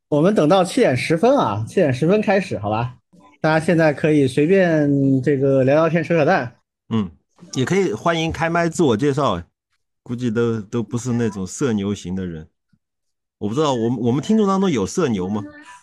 我们等到7点10分啊，7点10分开始，好吧？大家现在可以随便这个聊聊天、扯扯淡。 嗯，也可以欢迎开麦自我介绍，估计都不是那种社牛型的人。我不知道我们听众当中有社牛吗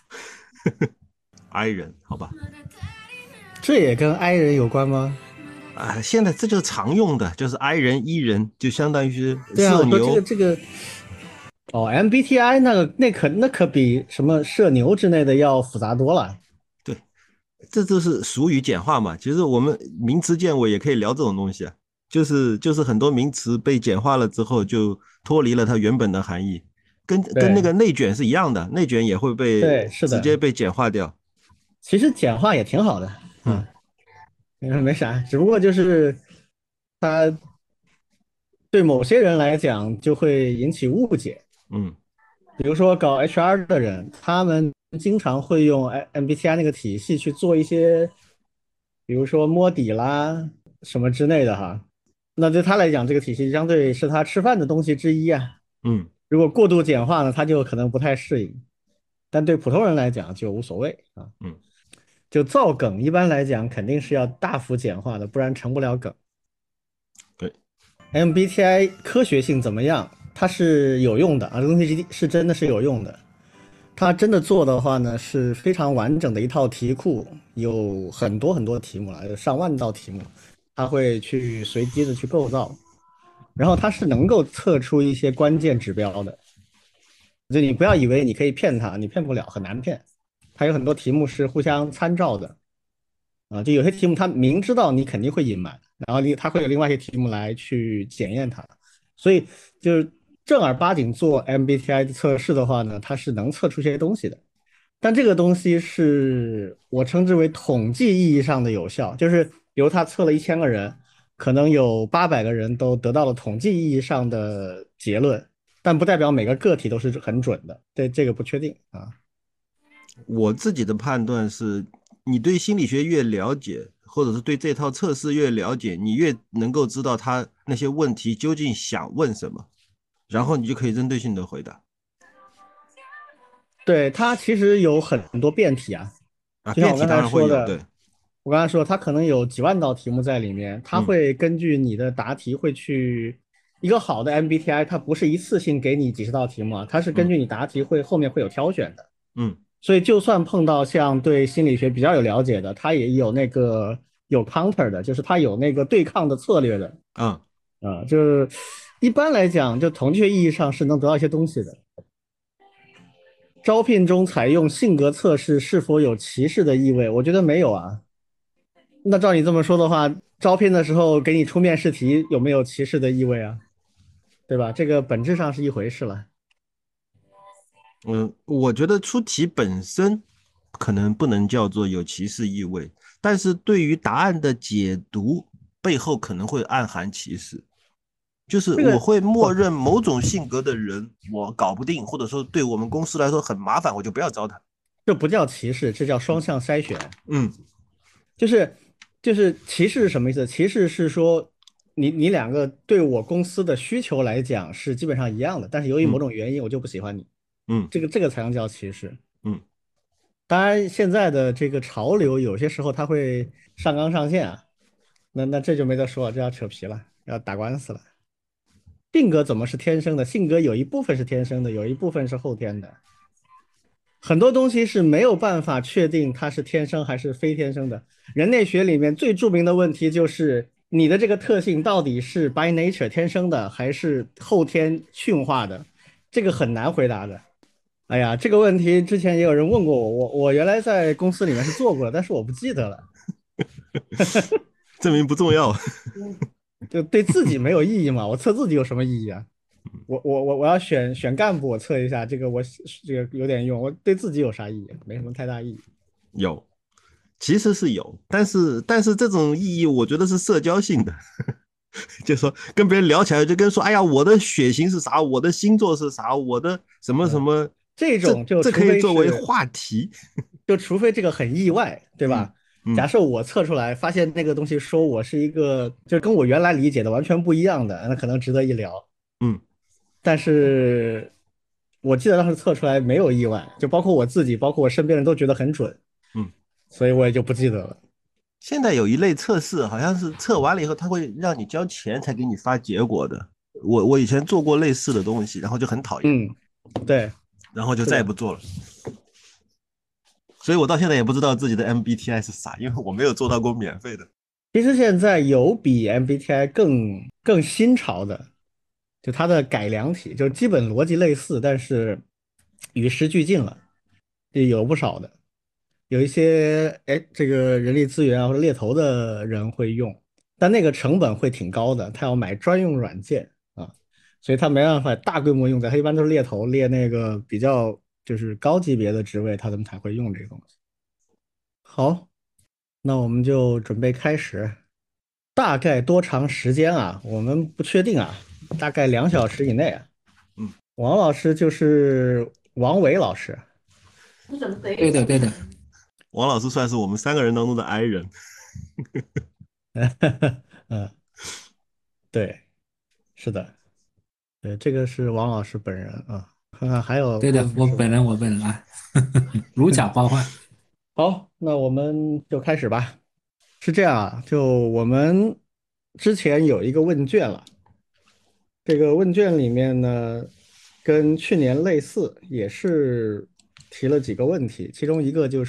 ？I 人，好吧？ 这也跟 i 人有关吗？ 啊，现在这就是常用的，就是 I 人、E 人，就相当于是对啊，我说这个社牛。 这个哦，MBTI 那可比什么社牛之类的要复杂多了。 对，这就是俗语简化嘛。其实我们名词见闻也可以聊这种东西啊，就是很多名词被简化了之后，就脱离了它原本的含义，跟那对个内卷是一样的，内卷也会被对，是的， 直接被简化掉。 其实简化也挺好的嗯啊，没啥，只不过就是它对某些人来讲就会引起误解。 嗯。 比如说搞 HR 的人，他们经常会用 MBTI 那个体系去做一些，比如说摸底啦什么之类的哈。那对他来讲，这个体系相对是他吃饭的东西之一啊。 嗯如果过度简化呢，他就可能不太适应。但对普通人来讲就无所谓啊。 嗯， 就造梗，一般来讲肯定是要大幅简化的，不然成不了梗。 对， MBTI 科学性怎么样？它是有用的啊，这东西是真的是有用的。它真的做的话呢，是非常完整的一套题库，有很多很多题目了，有上万道题目，它会去随机的去构造，然后它是能够测出一些关键指标的。就你不要以为你可以骗它，你骗不了，很难骗。它有很多题目是互相参照的啊，就有些题目它明知道你肯定会隐瞒，然后它会有另外一些题目来去检验它，所以就是正儿八经做 MBTI 测试的话呢，它是能测出些东西的。但这个东西是我称之为统计意义上的有效，就是比如他测了1000个人，可能有800个人都得到了统计意义上的结论，但不代表每个个体都是很准的，这个不确定啊。 我自己的判断是，你对心理学越了解，或者是对这套测试越了解，你越能够知道他那些问题究竟想问什么，然后你就可以针对性的回答。 对，它其实有很多变体啊， 啊，辩题就像我刚才当然会有， 说的， 对。 我刚才说它可能有几万道题目在里面，它嗯会根据你的答题会去一个好的 MBTI，它不是一次性给你几十道题目啊，它是根嗯据你答题会后面会有挑选的。 嗯所以就算碰到像对心理学比较有了解的，他也有那个有 counter 的，就是他有那个对抗的策略的， 啊， 就是一般来讲，就统计学意义上是能得到一些东西的。招聘中采用性格测试是否有歧视的意味？我觉得没有啊。那照你这么说的话，招聘的时候给你出面试题有没有歧视的意味啊？对吧？这个本质上是一回事了。 嗯，我觉得出题本身可能不能叫做有歧视意味，但是对于答案的解读背后可能会暗含歧视。就是这个我会不， 默认某种性格的人我搞不定，或者说对我们公司来说很麻烦，我就不要招他。 这不叫歧视，这叫双向筛选。 嗯就是歧视是什么意思？歧视是说你两个对我公司的需求来讲是基本上一样的，但是由于某嗯种原因我就不喜欢你， 嗯这个才能叫歧视。 嗯， 当然，现在的这个潮流有些时候它会上纲上线啊，那这就没得说，这要扯皮了，要打官司了。性格怎么是天生的？性格有一部分是天生的，有一部分是后天的。很多东西是没有办法确定它是天生还是非天生的。人类学里面最著名的问题就是你的这个特性到底是 by nature 天生的还是后天驯化的，这个很难回答的。哎呀，这个问题之前也有人问过我，我原来在公司里面是做过的，但是我不记得了， 证明不重要。 就对自己没有意义嘛，我测自己有什么意义啊？我要选干部，我测一下这个这个有点用，我对自己有啥意义？没什么太大意义。 有，其实是有，但是这种意义我觉得是社交性的。就说跟别人聊起来，就跟说，哎呀，我的血型是啥，我的星座是啥，我的什么什嗯， 么，这这种就这可除以作为非是， 话题。 就除非这个很意外，对嗯吧？假嗯设我测出来发现那个东西说我是一个，就跟我原来理解的完全不一样的，那可能值得一聊。 嗯但是我记得当时测出来没有意外，就包括我自己，包括我身边人都觉得很准， 嗯， 所以我也就不记得了。 现在有一类测试，好像是测完了以后，他会让你交钱才给你发结果的。我以前做过类似的东西，然后就很讨厌， 嗯，对， 然后就是的。 再也不做了。所以我到现在也不知道自己的 MBTI 是啥，因为我没有做到过免费的。 其实现在有比 MBTI 更新潮的，就它的改良体，就基本逻辑类似，但是与时俱进了，也有不少的。有一些这个人力资源啊或者猎头的人会用，但那个成本会挺高的，他要买专用软件啊，所以他没办法大规模用在，他一般都是猎头猎那个比较就是高级别的职位，他们才会用这个东西。好，那我们就准备开始。大概多长时间啊？我们不确定啊，大概2小时以内啊。 嗯， 王老师就是王伟老师。 对的，对的。 王老师算是我们3个人当中的 I 人。 嗯，对，是的，对，这个是王老师本人啊。看看还有对的， 问题是吗？ 我本人啊，如假包换。 好，那我们就开始吧。是这样啊，就我们之前有一个问卷了，这个问卷里面呢，跟去年类似，也是提了几个问题，其中一个就是，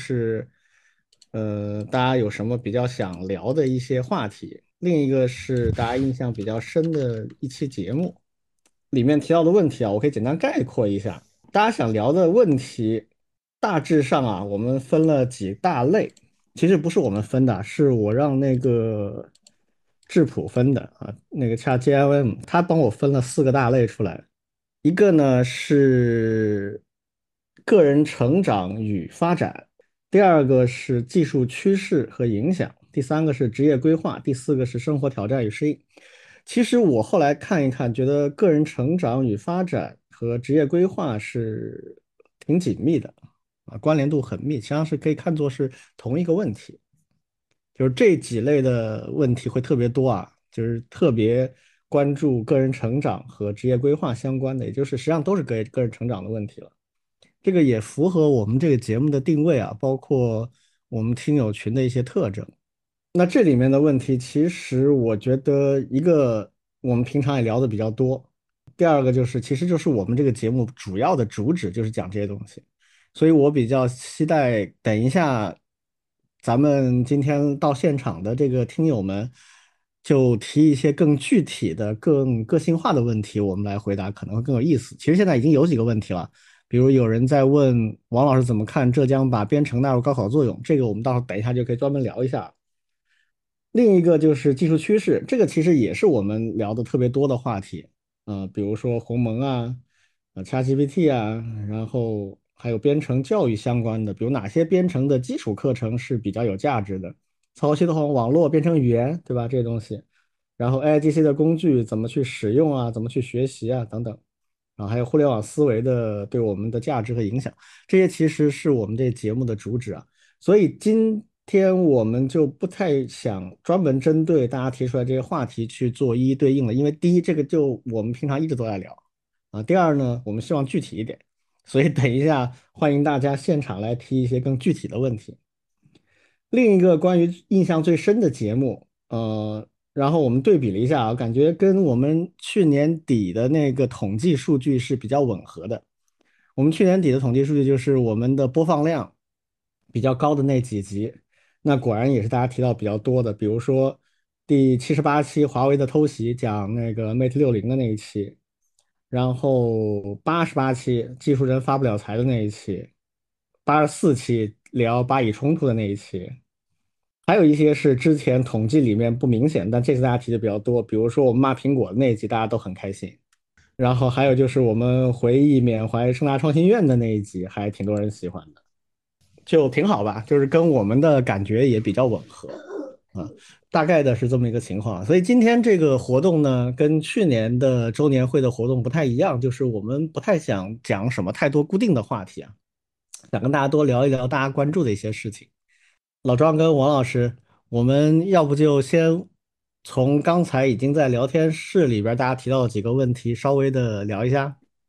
大家有什么比较想聊的一些话题，另一个是大家印象比较深的一期节目，里面提到的问题啊，我可以简单概括一下，大家想聊的问题，大致上啊，我们分了几大类，其实不是我们分的，是我让那个质谱分的啊，那个 ChatGPT 他帮我分了4个大类出来。一个呢是个人成长与发展，第二个是技术趋势和影响，第三个是职业规划，第四个是生活挑战与适应。其实我后来看一看，觉得个人成长与发展和职业规划是挺紧密的啊，关联度很密，实际上是可以看作是同一个问题。就是这几类的问题会特别多啊，就是特别关注个人成长和职业规划相关的，也就是实际上都是个人成长的问题了。这个也符合我们这个节目的定位啊，包括我们听友群的一些特征。那这里面的问题，其实我觉得一个我们平常也聊的比较多，第二个就是，其实就是我们这个节目主要的主旨就是讲这些东西，所以我比较期待等一下咱们今天到现场的这个听友们，就提一些更具体的、更个性化的问题，我们来回答可能会更有意思。其实现在已经有几个问题了，比如有人在问王老师怎么看浙江把编程纳入高考作用，这个我们到时候等一下就可以专门聊一下。另一个就是技术趋势，这个其实也是我们聊的特别多的话题，比如说鸿蒙啊，ChatGPT 啊，然后还有编程教育相关的，比如哪些编程的基础课程是比较有价值的，操作系统、网络、编程语言，对吧？这些东西，然后 AIGC 的工具怎么去使用啊，怎么去学习啊，等等，然后还有互联网思维的对我们的价值和影响，这些其实是我们这节目的主旨啊。所以今天我们就不太想专门针对大家提出来这些话题去做一一对应了，因为第一，这个就我们平常一直都在聊啊；第二呢，我们希望具体一点，所以等一下欢迎大家现场来提一些更具体的问题。另一个关于印象最深的节目，然后我们对比了一下啊，感觉跟我们去年底的那个统计数据是比较吻合的。我们去年底的统计数据就是我们的播放量比较高的那几集，那果然也是大家提到比较多的，比如说第78期华为的偷袭讲那个 Mate 60的那一期，然后88期技术人发不了财的那一期，84期聊巴以冲突的那一期，还有一些是之前统计里面不明显，但这次大家提的比较多，比如说我们骂苹果的那一集，大家都很开心。然后还有就是我们回忆缅怀盛大创新院的那一集，还挺多人喜欢的，就挺好吧，就是跟我们的感觉也比较吻合啊，大概的是这么一个情况。所以今天这个活动呢，跟去年的周年会的活动不太一样，就是我们不太想讲什么太多固定的话题啊，想跟大家多聊一聊大家关注的一些事情。老庄跟王老师，我们要不就先从刚才已经在聊天室里边大家提到的几个问题稍微的聊一下。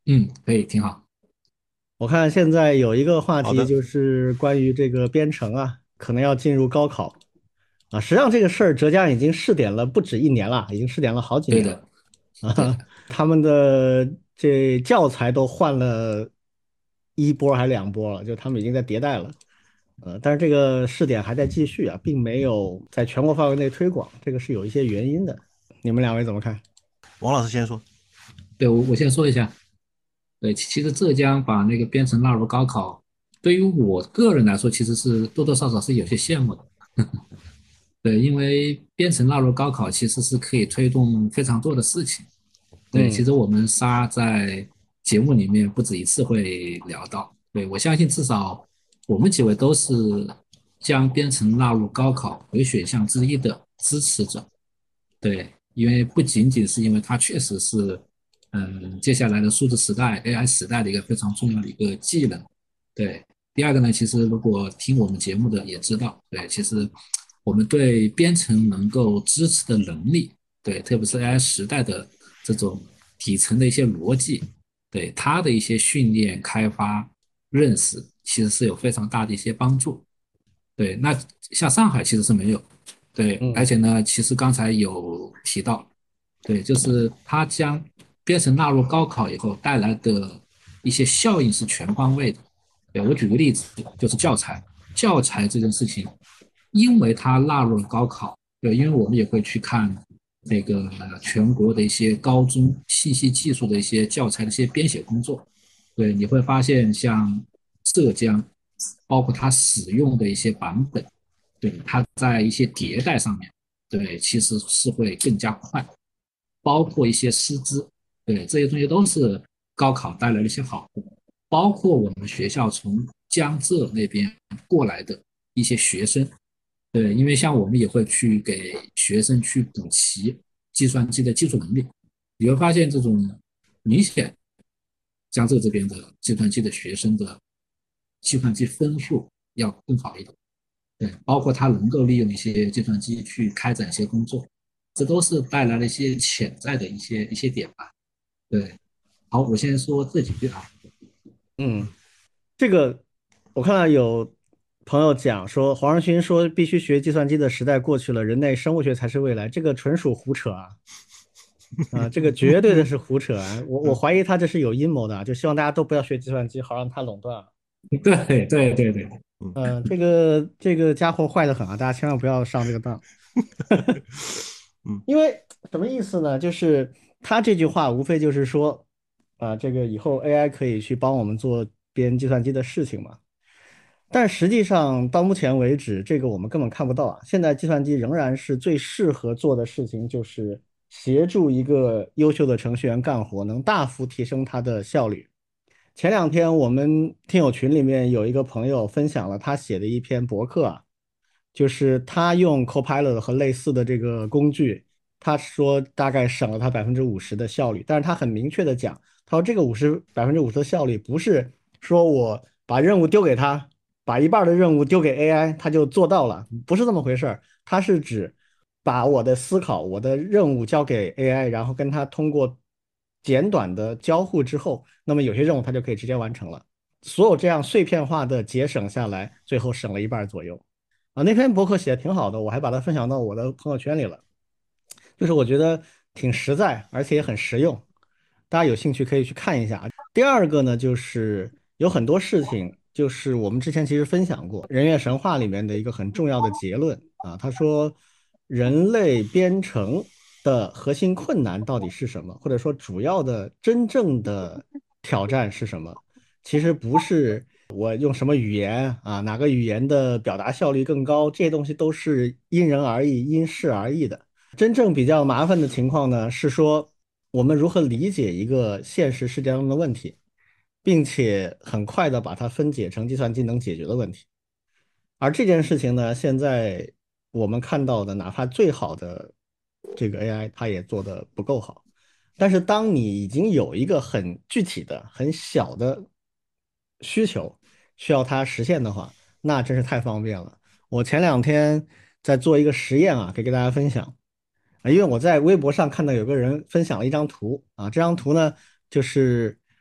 嗯，可以，挺好。 我看现在有一个话好的， 题就是关于这个编程啊，可能要进入高考啊。实际上这个事儿浙江已经试点了不止1年了，已经试点了好几年了对的，对啊。 的。 他们的这教材都换了1波还2波了，就他们已经在迭代了。但是这个试点还在继续啊，并没有在全国范围内推广，这个是有一些原因的。你们两位怎么看？ 王老师先说。 对，我先说一下。对，其实浙江把那个编程纳入高考，对于我个人来说，其实是多多少少是有些羡慕的。对，因为编程纳入高考其实是可以推动非常多的事情。对，其嗯实我们仨在节目里面不止一次会聊到。对，我相信至少我们几位都是将编程纳入高考为选项之一的支持者。对，因为不仅仅是因为它确实是，接下来的数字时代、AI 时代的一个非常重要的一个技能。对，第二个呢，其实如果听我们节目的也知道，对，其实我们对编程能够支持的能力，对，特别是 AI 时代的这种底层的一些逻辑，对它的一些训练、开发、认识，其实是有非常大的一些帮助。对，那像上海其实是没有。对，而嗯且呢，其实刚才有提到，对，就是它将编程纳入高考以后带来的一些效应是全方位的。对，我举个例子，就是教材，教材这件事情，因为它纳入了高考，对，因为我们也会去看那个全国的一些高中信息技术的一些教材的一些编写工作。对，你会发现像浙江，包括它使用的一些版本，对，它在一些迭代上面，对，其实是会更加快，包括一些师资，对，这些东西都是高考带来的一些好处，包括我们学校从江浙那边过来的一些学生，对，因为像我们也会去给学生去补齐计算机的基础能力，你会发现这种明显江浙这边的计算机的学生的计算机分数要更好一点。对，包括他能够利用一些计算机去开展一些工作，这都是带来了一些潜在的一些点吧。对，好，我先说这几句啊。 嗯。这个我看到有朋友讲说，黄仁勋说必须学计算机的时代过去了，人类生物学才是未来，这个纯属胡扯啊！啊，这个绝对的是胡扯啊！我怀疑他这是有阴谋的啊，就希望大家都不要学计算机，好让他垄断了。 对对对对， 嗯，这个家伙坏的很啊，大家千万不要上这个当。 嗯因为什么意思呢？就是他这句话无非就是说，这个以后 AI 可以去帮我们做编计算机的事情嘛。但实际上到目前为止，这个我们根本看不到啊。现在计算机仍然是最适合做的事情，就是协助一个优秀的程序员干活，能大幅提升他的效率。前2天我们听友群里面有一个朋友分享了他写的一篇博客啊，就是他用 Copilot 和类似的这个工具，他说大概省了他50%的效率，但是他很明确的讲，他说这个50%的效率不是说我把任务丢给他，把一半儿的任务丢给 AI，他就做到了，不是这么回事儿，他是指把我的思考、我的任务交给 AI，然后跟他通过简短的交互之后，那么有些任务他就可以直接完成了。所有这样碎片化的节省下来，最后省了一半左右。啊，那篇博客写的挺好的，我还把它分享到我的朋友圈里了。就是我觉得挺实在，而且也很实用，大家有兴趣可以去看一下。第二个呢，就是有很多事情，就是我们之前其实分享过《人猿神话》里面的一个很重要的结论啊，他说人类编程的核心困难到底是什么，或者说主要的真正的挑战是什么？其实不是我用什么语言啊，哪个语言的表达效率更高，这些东西都是因人而异、因事而异的。真正比较麻烦的情况呢，是说我们如何理解一个现实世界中的问题，并且很快的把它分解成计算机能解决的问题。而这件事情呢，现在我们看到的，哪怕最好的这个 AI，它也做得不够好。但是当你已经有一个很具体的、很小的需求需要它实现的话，那真是太方便了。我前2天在做一个实验啊，可以给大家分享。因为我在微博上看到有个人分享了一张图啊，这张图呢就是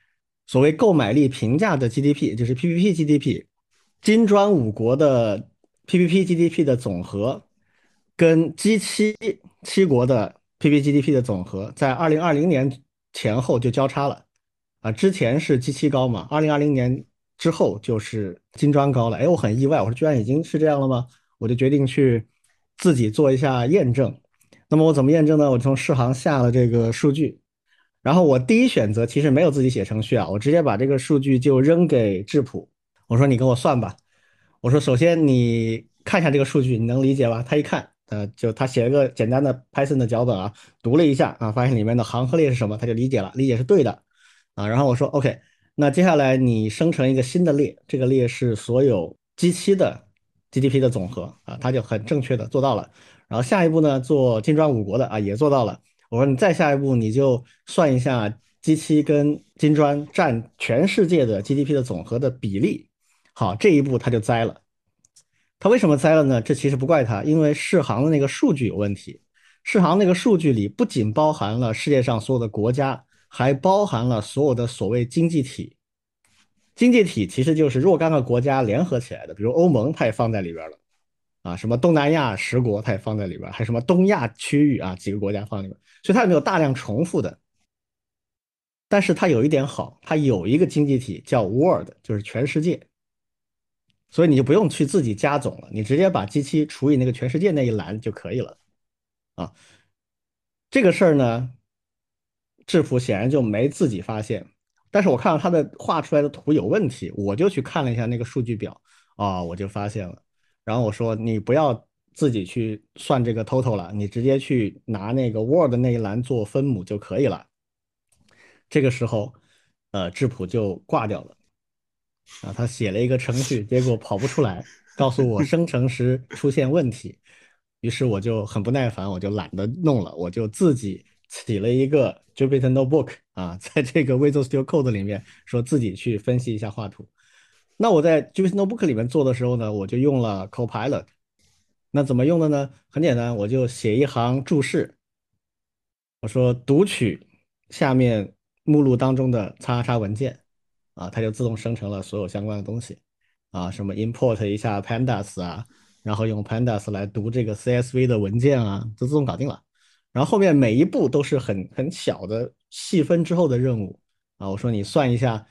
所谓购买力评价的 GDP，就是 PPP GDP，金砖五国的 PPP GDP 的总和，跟 G7国的 PPP GDP 的总和，在2020年前后就交叉了。之前是 G7高嘛，2020年之后就是金砖高了。哎，我很意外，我说居然已经是这样了吗？我就决定去自己做一下验证。那么我怎么验证呢？我从世行下了这个数据，然后我第一选择其实没有自己写程序啊，我直接把这个数据就扔给质谱，我说你给我算吧。我说首先你看一下这个数据，你能理解吧？他一看，就他写了个简单的 Python 的脚本啊，读了一下啊，发现里面的行和列是什么，他就理解了，理解是对的啊。然后我说 OK，那接下来你生成一个新的列，这个列是所有 G7的 GDP 的总和啊，他就很正确的做到了。然后下一步呢，做金砖五国的啊，也做到了。我说你再下一步，你就算一下 G7跟金砖占全世界的 GDP 的总和的比例。好，这一步他就栽了。他为什么栽了呢？这其实不怪他，因为世行的那个数据有问题。世行那个数据里不仅包含了世界上所有的国家，还包含了所有的所谓经济体。经济体其实就是若干个国家联合起来的，比如欧盟，它也放在里边了。什么东南亚10国它也放在里边，还什么东亚区域啊几个国家放里边，所以它里面有大量重复的。但是它有一点好，它有一个经济体叫 World，就是全世界，所以你就不用去自己加总了，你直接把G7除以那个全世界那一栏就可以了啊。这个事儿呢，质谱显然就没自己发现，但是我看到他的画出来的图有问题，我就去看了一下那个数据表啊，我就发现了。然后我说你不要自己去算这个 total 了，你直接去拿那个 Word 那一栏做分母就可以了。这个时候，质谱就挂掉了啊，他写了一个程序，结果跑不出来，告诉我生成时出现问题。于是我就很不耐烦，我就懒得弄了，我就自己起了一个 Jupyter Notebook 啊，在这个 Visual Studio Code 里面说自己去分析一下画图。那我在 Jupyter Notebook 里面做的时候呢，我就用了 Copilot。那怎么用的呢？很简单，我就写一行注释，我说读取下面目录当中的叉叉文件啊，它就自动生成了所有相关的东西啊，什么 import 一下 pandas 啊，然后用 pandas 来读这个 CSV 的文件啊，就自动搞定了。然后后面每一步都是很小的细分之后的任务啊，我说你算一下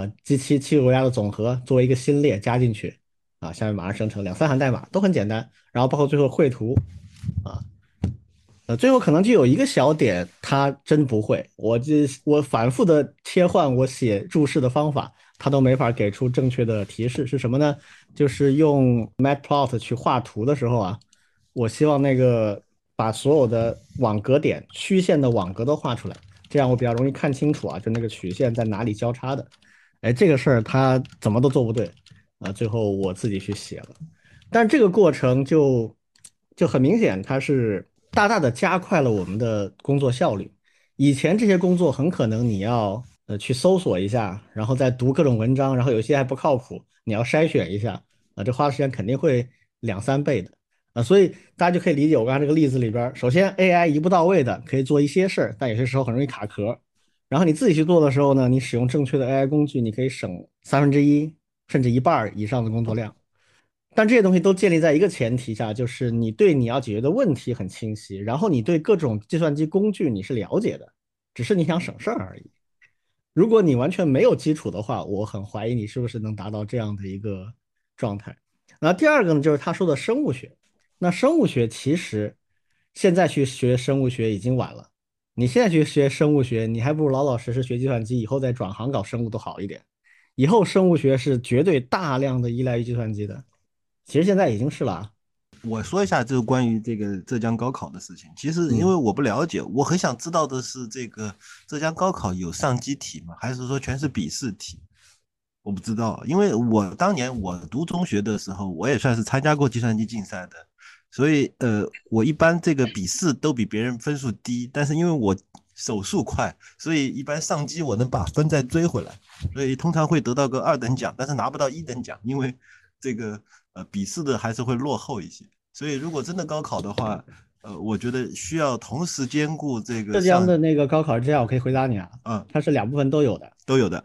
G7个国家的总和，作为一个新列加进去啊，下面马上生成2、3行代码都很简单，然后包括最后绘图啊。最后可能就有一个小点，他真不会。我反复的切换我写注释的方法，他都没法给出正确的提示是什么呢？就是用 Matplot 去画图的时候啊，我希望那个把所有的网格点、虚线的网格都画出来，这样我比较容易看清楚啊，就那个曲线在哪里交叉的。哎，这个事儿他怎么都做不对啊，最后我自己去写了。但这个过程就很明显，它是大大的加快了我们的工作效率。以前这些工作很可能你要去搜索一下，然后再读各种文章，然后有些还不靠谱，你要筛选一下这花的时间肯定会2、3倍的所以大家就可以理解我刚才这个例子里边首先 AI 一步到位的可以做一些事儿，但有些时候很容易卡壳。然后你自己去做的时候呢，你使用正确的 AI 工具，你可以省1/3甚至1半以上的工作量。但这些东西都建立在一个前提下，就是你对你要解决的问题很清晰，然后你对各种计算机工具你是了解的，只是你想省事儿而已。如果你完全没有基础的话，我很怀疑你是不是能达到这样的一个状态。那第二个呢，就是他说的生物学。那生物学其实现在去学生物学已经晚了，你现在去学生物学，你还不如老老实实学计算机，以后再转行搞生物都好一点。以后生物学是绝对大量的依赖于计算机的。其实现在已经是了啊。 我说一下这个关于这个浙江高考的事情。其实因为我不了解，我很想知道的是，这个浙江高考有上机题吗？还是说全是笔试题？我不知道，因为我当年我读中学的时候，我也算是参加过计算机竞赛的，所以我一般这个笔试都比别人分数低，但是因为我手速快，所以一般上机我能把分再追回来，所以通常会得到个2等奖，但是拿不到1等奖，因为这个笔试的还是会落后一些。所以如果真的高考的话，我觉得需要同时兼顾这个浙江的那个高考是这样，我可以回答你啊， 嗯， 它是2部分都有的。 都有的。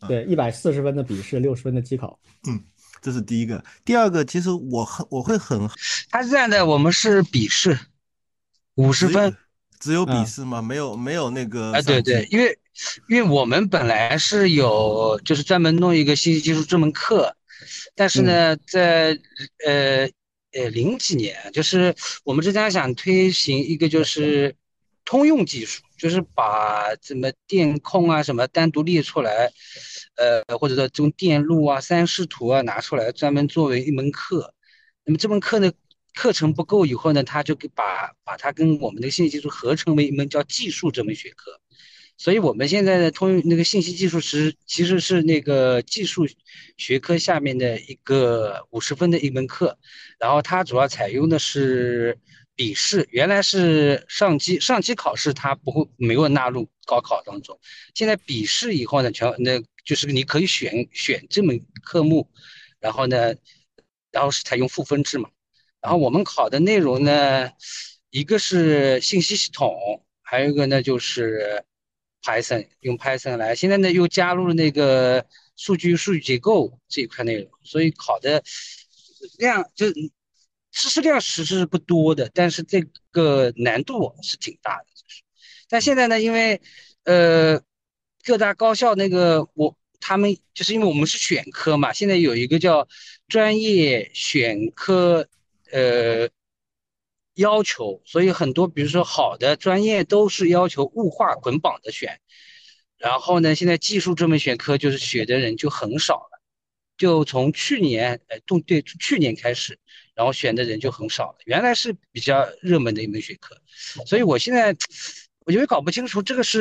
对，140分的笔试，60分的机考。 嗯，这是第一个。第二个，其实我会很它是这样的，我们是笔试只有 50分。 只有笔啊， 试吗？没有那个啊，对对， 上机。 因为我们本来是有就是专门弄一个信息技术这门课，但是嗯呢，在呃零几年，就是我们浙江想推行一个就是通用技术，就是把什么电控啊什么单独列出来，或者说这种电路啊、三视图啊拿出来，专门作为一门课。那么这门课呢，课程不够以后呢，他就把它跟我们的信息技术合成为一门叫技术这门学科。所以我们现在的通用那个信息技术其实是那个技术学科下面的一个50分的一门课，然后它主要采用的是笔试，原来是上机考试它没有纳入高考当中，现在笔试以后呢，就是你可以选这门科目，然后呢，然后是采用赋分制嘛，然后我们考的内容呢，一个是信息系统，还有一个呢就是 Python，用 Python 来。现在呢又加入了那个数据结构这一块内容，所以考的量知识量是不多的，但是这个难度是挺大的。但现在呢，因为呃各大高校那个他们就是因为我们是选科嘛，现在有一个叫专业选科呃要求，所以很多比如说好的专业都是要求物化捆绑的选，然后呢，现在技术这门选科就是学的人就很少了，就从去年对去年开始，然后选的人就很少了，原来是比较热门的一门学科，所以我就搞不清楚这个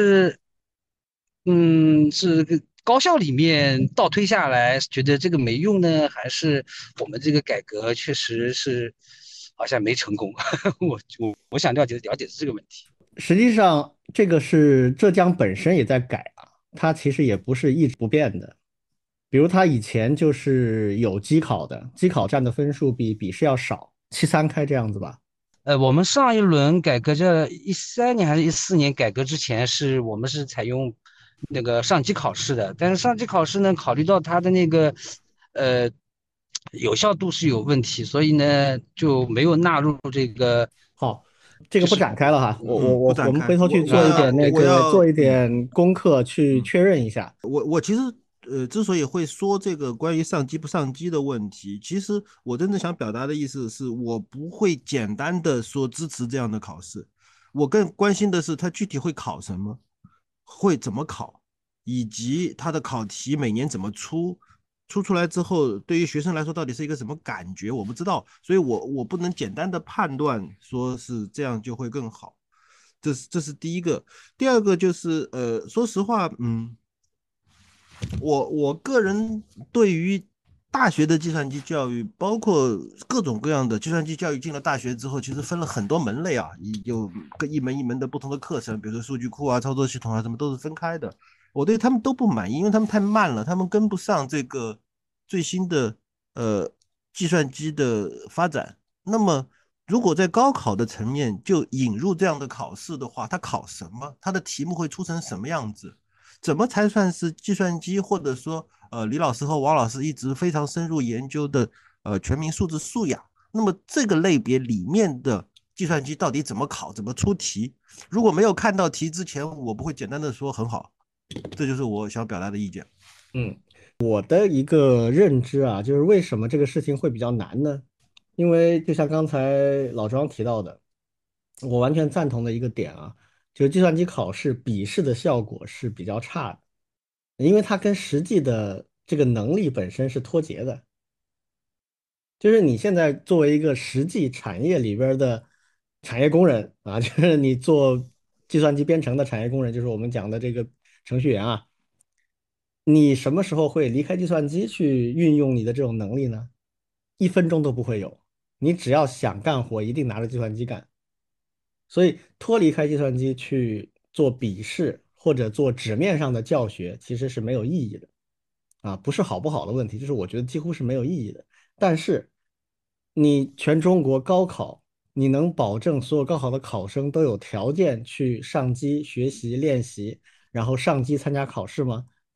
是个高校里面倒推下来，觉得这个没用呢，还是我们这个改革确实是好像没成功？我想了解这个问题。 实际上这个是浙江本身也在改啊，它其实也不是一直不变的。比如它以前就是有机考的，机考占的分数比笔试要少，7-3开这样子吧。 我们上一轮改革，这13年还是14年改革之前，我们是采用那个上机考试的，但是上机考试呢，考虑到它的那个呃有效度是有问题，所以呢就没有纳入这个。 好，这个不展开了哈，我们不展开。 回头去做一点做一点功课去确认一下。 我其实之所以会说这个关于上机不上机的问题，其实我真正想表达的意思是我不会简单的说支持这样的考试，我更关心的是它具体会考什么，会怎么考，以及它的考题每年怎么出来之后，对于学生来说到底是一个什么感觉，我不知道，所以我不能简单的判断说是这样就会更好，这是第一个。第二个就是说实话，我个人对于大学的计算机教育，包括各种各样的计算机教育，进了大学之后，其实分了很多门类啊，有一门一门的不同的课程，比如说数据库啊、操作系统啊，什么都是分开的。我对他们都不满意，因为他们太慢了，他们跟不上这个最新的计算机的发展。那么，如果在高考的层面就引入这样的考试的话，它考什么？它的题目会出成什么样子？怎么才算是计算机，或者说李老师和王老师一直非常深入研究的全民数字素养？那么这个类别里面的计算机到底怎么考，怎么出题？如果没有看到题之前，我不会简单的说很好。这就是我想表达的意见。 我的一个认知啊，就是为什么这个事情会比较难呢？因为就像刚才老庄提到的，我完全赞同的一个点啊，就是计算机考试笔试的效果是比较差的，因为它跟实际的这个能力本身是脱节的。就是你现在作为一个实际产业里边儿的产业工人啊，就是你做计算机编程的产业工人，就是我们讲的这个程序员啊，你什么时候会离开计算机去运用你的这种能力呢？1分钟都不会有。你只要想干活，一定拿着计算机干。所以脱离开计算机去做笔试或者做纸面上的教学，其实是没有意义的。啊，不是好不好的问题，就是我觉得几乎是没有意义的。但是你全中国高考，你能保证所有高考的考生都有条件去上机学习练习，然后上机参加考试吗？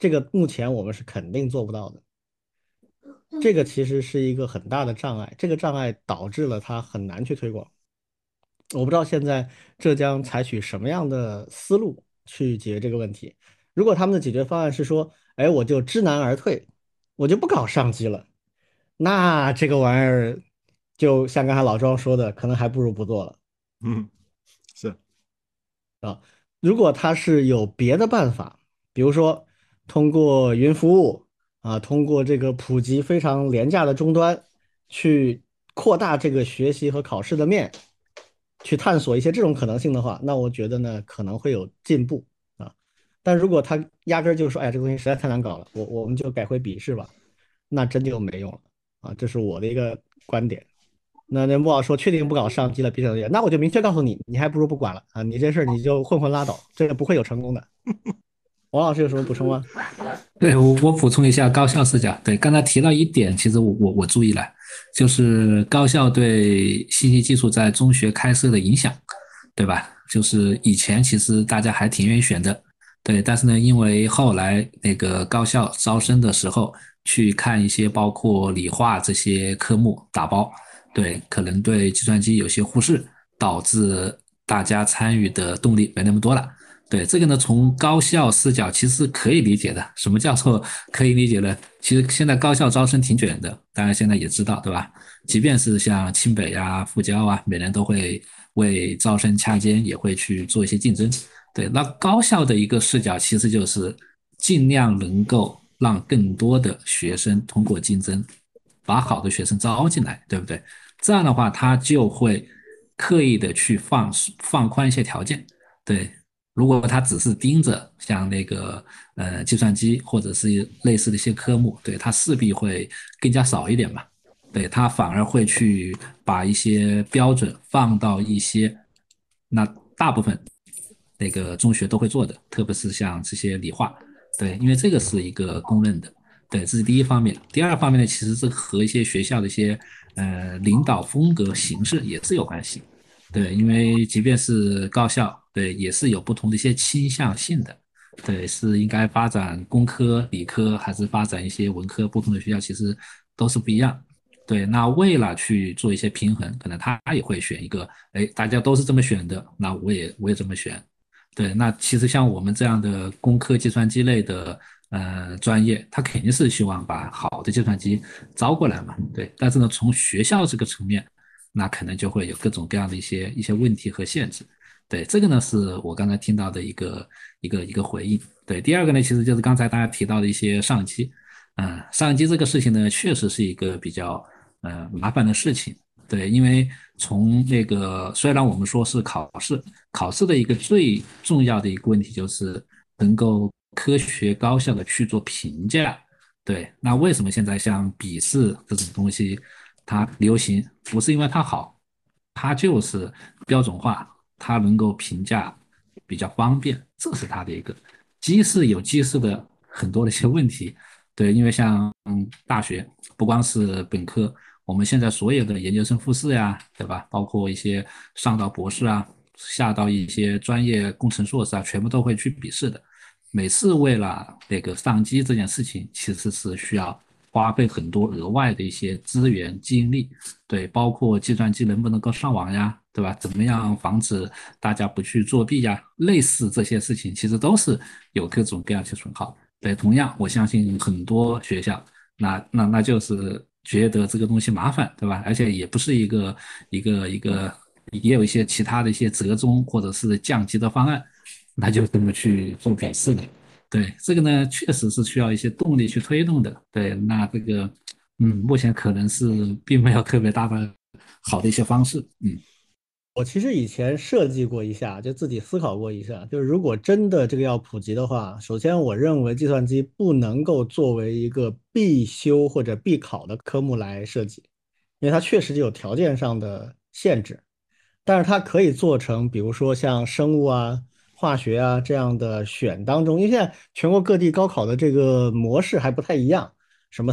这个目前我们是肯定做不到的。这个其实是一个很大的障碍，这个障碍导致了它很难去推广。我不知道现在浙江采取什么样的思路去解决这个问题。如果他们的解决方案是说，哎，我就知难而退，我就不搞上机了，那这个玩意儿就像刚才老庄说的，可能还不如不做了。 嗯，是。 如果它是有别的办法，比如说通过云服务啊，通过这个普及非常廉价的终端，去扩大这个学习和考试的面，去探索一些这种可能性的话，那我觉得呢可能会有进步啊。但如果他压根儿就说，哎呀，这个东西实在太难搞了，我们就改回笔试吧，那真就没用了啊。这是我的一个观点。那莫老说确定不搞上机了，必须得，那我就明确告诉你，你还不如不管了啊！你这事儿你就混混拉倒，这个不会有成功的。王老师有什么补充吗？ 对，我补充一下高校视角。对，刚才提到一点，其实我注意了，就是高校对信息技术在中学开设的影响，对吧？就是以前其实大家还挺愿意选的，对，但是呢，因为后来那个高校招生的时候去看一些包括理化这些科目打包，对，可能对计算机有些忽视，导致大家参与的动力没那么多了。对，这个呢，从高校视角其实是可以理解的。什么叫做可以理解呢？其实现在高校招生挺卷的，大家现在也知道，对吧？即便是像清北啊、复交啊，每年都会为招生掐尖，也会去做一些竞争。对，那高校的一个视角其实就是尽量能够让更多的学生通过竞争，把好的学生招进来，对不对？这样的话，他就会刻意的去放宽一些条件。对，如果他只是盯着像那个计算机或者是类似的一些科目，对，他势必会更加少一点嘛。对，他反而会去把一些标准放到一些那大部分那个中学都会做的，特别是像这些理化，对，因为这个是一个公认的。对，这是第一方面。第二方面呢，其实这和一些学校的一些领导风格形式也是有关系。对，因为即便是高校，对，也是有不同的一些倾向性的。对，是应该发展工科、理科，还是发展一些文科？不同的学校其实都是不一样。对，那为了去做一些平衡，可能他也会选一个，哎，大家都是这么选的，那我也这么选。对，那其实像我们这样的工科计算机类的专业，他肯定是希望把好的计算机招过来嘛。对，但是呢，从学校这个层面，那可能就会有各种各样的一些问题和限制。对，这个呢是我刚才听到的一个回应。对，第二个呢，其实就是刚才大家提到的一些上机。上机这个事情呢，确实是一个比较麻烦的事情。对，因为从那个虽然我们说是考试，考试的一个最重要的一个问题就是能够科学高效的去做评价。对，那为什么现在像笔试这种东西它流行，不是因为它好，它就是标准化，它能够评价比较方便，这是它的一个。机试有机试的很多的一些问题。对，因为像大学不光是本科，我们现在所有的研究生、复试呀，对吧？包括一些上到博士啊，下到一些专业工程硕士啊，全部都会去笔试的。每次为了那个上机这件事情，其实是需要花费很多额外的一些资源精力。对，包括计算机能不能够上网呀，对吧？怎么样防止大家不去作弊呀？类似这些事情，其实都是有各种各样的损耗。对，同样，我相信很多学校，那就是觉得这个东西麻烦，对吧？而且也不是一个，也有一些其他的一些折中或者是降级的方案，那就这么去做表示的。对，这个呢，确实是需要一些动力去推动的。对，那这个，目前可能是并没有特别大的好的一些方式。 我其实以前设计过一下，就自己思考过一下，就是如果真的这个要普及的话，首先我认为计算机不能够作为一个必修或者必考的科目来设计，因为它确实有条件上的限制。但是它可以做成，比如说像生物啊、化学啊这样的选当中，因为现在全国各地高考的这个模式还不太一样，什么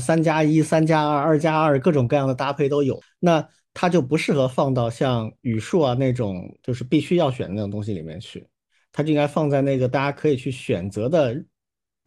3+1、3+2、2+2，各种各样的搭配都有。那它就不适合放到像语数啊那种就是必须要选的那种东西里面去，它就应该放在那个大家可以去选择的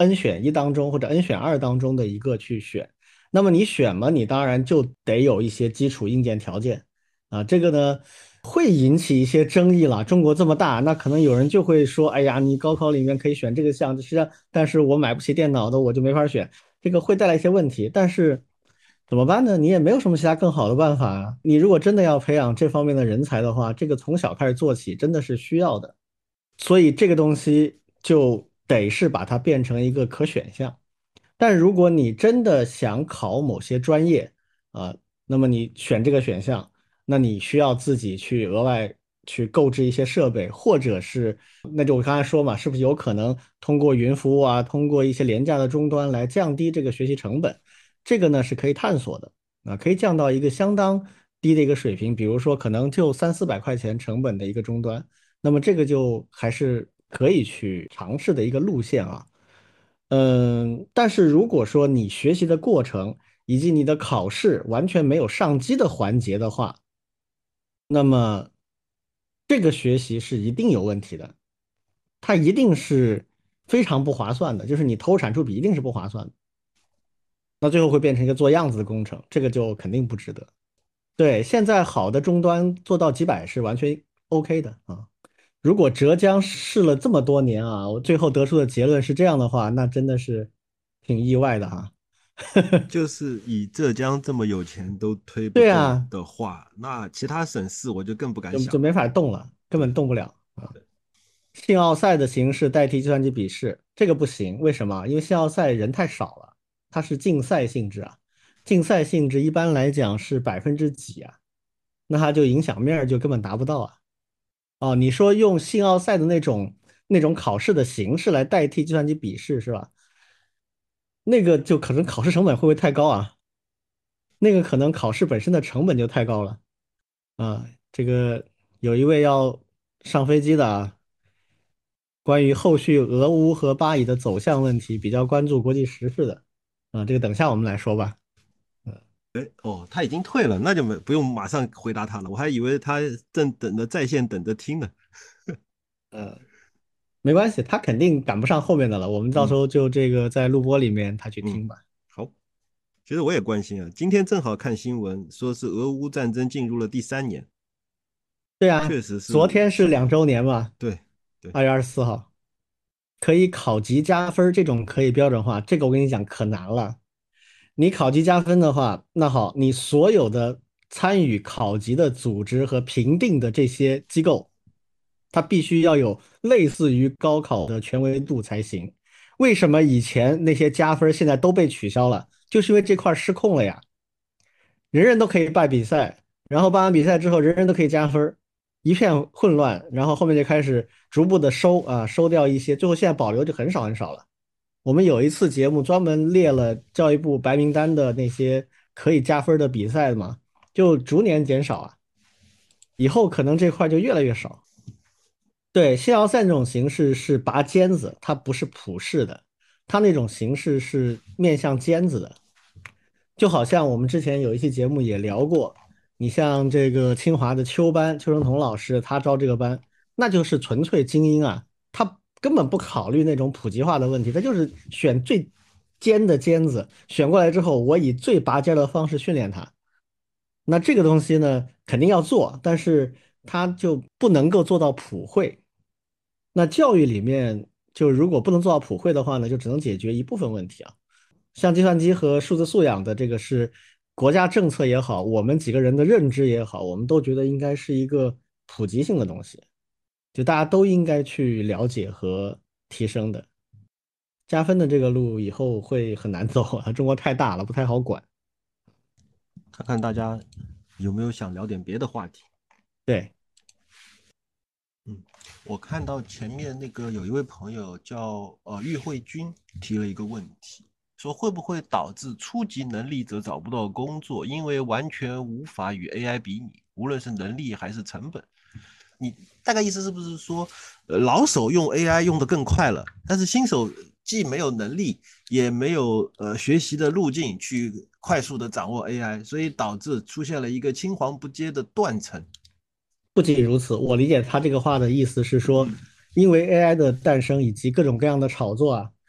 N 选一当中或者 N 选二当中的一个去选。那么你选嘛，你当然就得有一些基础硬件条件啊，这个呢会引起一些争议了。中国这么大，那可能有人就会说，哎呀，你高考里面可以选这个项，实际上，但是我买不起电脑的，我就没法选，这个会带来一些问题。但是怎么办呢？你也没有什么其他更好的办法啊。你如果真的要培养这方面的人才的话，这个从小开始做起真的是需要的。所以这个东西就得是把它变成一个可选项。但如果你真的想考某些专业啊，那么你选这个选项，那你需要自己去额外去购置一些设备，或者是，那就我刚才说嘛，是不是有可能通过云服务啊，通过一些廉价的终端来降低这个学习成本？这个呢是可以探索的啊，可以降到一个相当低的一个水平，比如说可能就300-400块钱成本的一个终端，那么这个就还是可以去尝试的一个路线啊。但是如果说你学习的过程以及你的考试完全没有上机的环节的话，那么这个学习是一定有问题的，它一定是非常不划算的，就是你投入产出比一定是不划算的，那最后会变成一个做样子的工程，这个就肯定不值得。对，现在好的终端做到几百是完全 OK 的啊。如果浙江试了这么多年啊，我最后得出的结论是这样的话，那真的是挺意外的哈。 就是以浙江这么有钱都推不动对啊， 的话，那其他省市我就更不敢想。 就没法动了，根对本动不了啊。信奥赛的形式代替计算机笔试，这个不行，为什么？因为信奥赛人太少了，它是竞赛性质啊，竞赛性质一般来讲是百分之几啊，那它就影响面儿就根本达不到啊。哦，你说用信奥赛的那种考试的形式来代替计算机笔试是吧？那个就可能考试成本会不会太高啊？那个可能考试本身的成本就太高了啊。这个有一位要上飞机的啊，关于后续俄乌和巴以的走向问题，比较关注国际时事的啊，这个等下我们来说吧。 哦，他已经退了，那就不用马上回答他了。我还以为他正等着在线等着听呢。 呃，没关系，他肯定赶不上后面的了，我们到时嗯候就这个在录播里面他去嗯， 听吧。 好。其实我也关心啊，今天正好看新闻，说是俄乌战争进入了第3年， 对啊， 确实昨是， 天是2周年嘛， 对对， 2月24号。可以考级加分这种可以标准化，这个我跟你讲可难了。你考级加分的话，那好，你所有的参与考级的组织和评定的这些机构，它必须要有类似于高考的权威度才行。为什么以前那些加分现在都被取消了？就是因为这块失控了呀。人人都可以办比赛，然后办完比赛之后，人人都可以加分一片混乱，然后后面就开始逐步的收掉一些，最后现在保留就很少很少了。我们有一次节目专门列了教育部白名单的那些可以加分的比赛嘛，就逐年减少啊，以后可能这块就越来越少。对，谢奥赛这种形式是拔尖子，它不是普试的，它那种形式是面向尖子的。就好像我们之前有一期节目也聊过，你像这个清华的邱班，邱成桐老师，他招这个班，那就是纯粹精英啊，他根本不考虑那种普及化的问题，他就是选最尖的尖子，选过来之后，我以最拔尖的方式训练他。那这个东西呢，肯定要做，但是他就不能够做到普惠。那教育里面，就如果不能做到普惠的话呢，就只能解决一部分问题啊。像计算机和数字素养的这个是国家政策也好，我们几个人的认知也好，我们都觉得应该是一个普及性的东西，就大家都应该去了解和提升的。加分的这个路以后会很难走啊，中国太大了，不太好管。 看看大家有没有想聊点别的话题。 对， 嗯，我看到前面那个有一位朋友叫玉慧君提了一个问题，说会不会导致初级能力者找不到工作，因为完全无法与 AI 比拟，无论是能力还是成本。你大概意思是不是说，老手用 AI 用得更快了，但是新手既没有能力，也没有学习的路径去快速的掌握 AI，所以导致出现了一个青黄不接的断层。 不仅如此，我理解他这个话的意思是说， 嗯因为 AI 的诞生以及各种各样的炒作啊，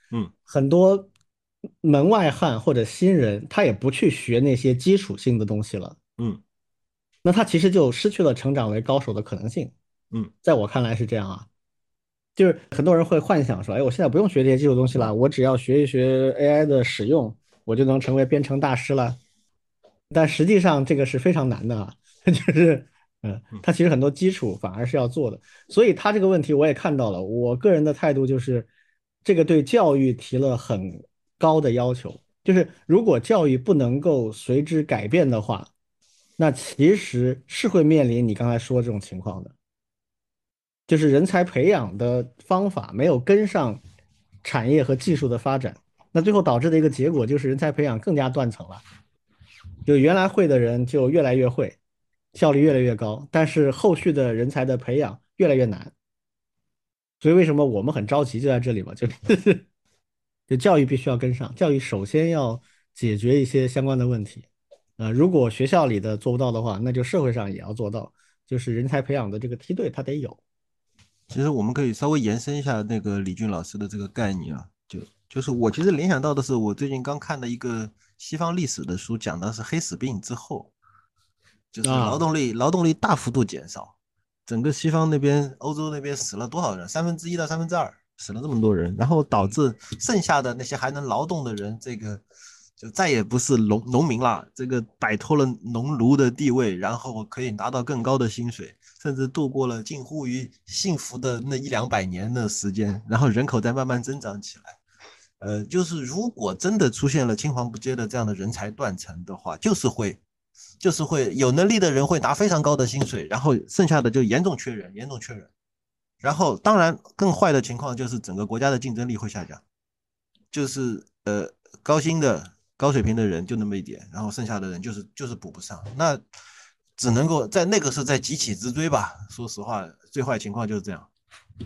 很多门外汉或者新人，他也不去学那些基础性的东西了，那他其实就失去了成长为高手的可能性。在我看来是这样啊，就是很多人会幻想说，哎，我现在不用学这些技术东西了，我只要学一学 AI 的使用，我就能成为编程大师了。但实际上这个是非常难的啊，就是它其实很多基础反而是要做的。所以他这个问题我也看到了，我个人的态度就是，这个对教育提了很高的要求，就是如果教育不能够随之改变的话，那其实是会面临你刚才说这种情况的。就是人才培养的方法没有跟上产业和技术的发展，那最后导致的一个结果就是人才培养更加断层了。就原来会的人就越来越会，效率越来越高，但是后续的人才的培养越来越难。所以为什么我们很着急就在这里嘛，就教育必须要跟上，教育首先要解决一些相关的问题。如果学校里的做不到的话，那就社会上也要做到，就是人才培养的这个梯队它得有。 其实我们可以稍微延伸一下那个李俊老师的这个概念啊，就是我其实联想到的是，我最近刚看的一个西方历史的书，讲的是黑死病之后，就是劳动力大幅度减少，整个西方那边欧洲那边死了多少人，1/3到2/3死了这么多人，然后导致剩下的那些还能劳动的人，这个就再也不是农民了，这个摆脱了农奴的地位，然后可以拿到更高的薪水，甚至度过了近乎于幸福的那100-200年的时间，然后人口在慢慢增长起来。就是如果真的出现了青黄不接的这样的人才断层的话，就是会有能力的人会拿非常高的薪水，然后剩下的就严重缺人。然后当然更坏的情况就是整个国家的竞争力会下降，就是高薪的高水平的人就那么一点，然后剩下的人就是补不上，那只能够在那个是在急起直追吧。说实话，最坏情况就是这样。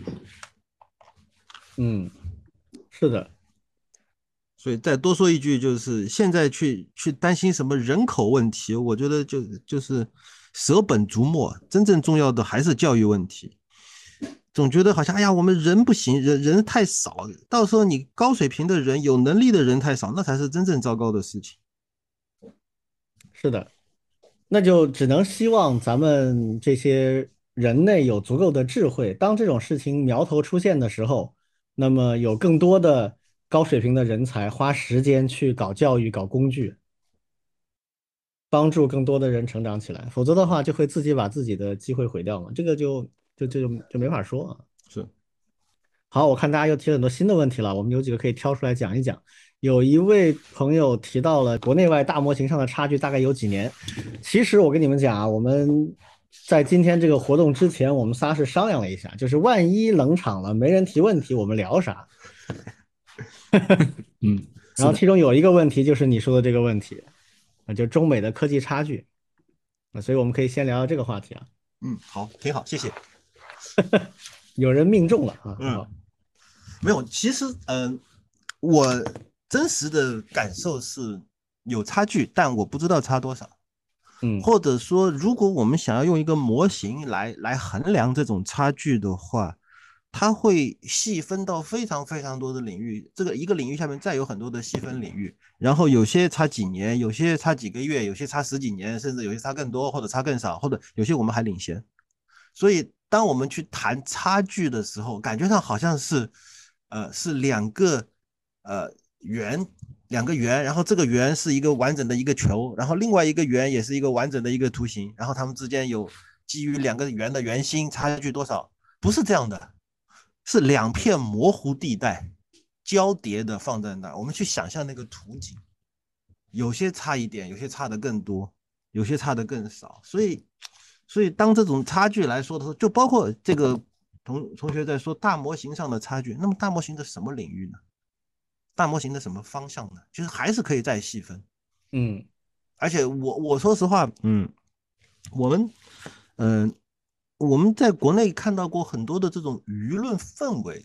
是的。 所以再多说一句，就是现在去担心什么人口问题，我觉得就是舍本逐末，真正重要的还是教育问题。总觉得好像哎呀，我们人不行，人太少，到时候你高水平的人、有能力的人太少，那才是真正糟糕的事情。 是的，那就只能希望咱们这些人类有足够的智慧，当这种事情苗头出现的时候，那么有更多的高水平的人才花时间去搞教育、搞工具，帮助更多的人成长起来。否则的话，就会自己把自己的机会毁掉嘛，这个就没法说啊。 是。 好，我看大家又提了很多新的问题了，我们有几个可以挑出来讲一讲。有一位朋友提到了国内外大模型上的差距大概有几年。其实我跟你们讲啊，我们在今天这个活动之前，我们仨是商量了一下，就是万一冷场了，没人提问题，我们聊啥？然后其中有一个问题就是你说的这个问题，就中美的科技差距。所以我们可以先聊聊这个话题啊。 好，挺好，谢谢。 有人命中了啊。 没有，其实我真实的感受是有差距，但我不知道差多少。或者说，如果我们想要用一个模型来衡量这种差距的话，它会细分到非常非常多的领域，这个一个领域下面再有很多的细分领域，然后有些差几年，有些差几个月，有些差10几年，甚至有些差更多，或者差更少，或者有些我们还领先。所以当我们去谈差距的时候，感觉上好像是两个圆，然后这个圆是一个完整的一个球，然后另外一个圆也是一个完整的一个图形，然后它们之间有基于两个圆的圆心差距多少？不是这样的，是两片模糊地带交叠的放在那儿，我们去想象那个图景，有些差一点，有些差的更多，有些差的更少，所以当这种差距来说的时候，就包括这个同学在说大模型上的差距，那么大模型的什么领域呢？大模型的什么方向呢？其实还是可以再细分。而且我说实话，我们在国内看到过很多的这种舆论氛围，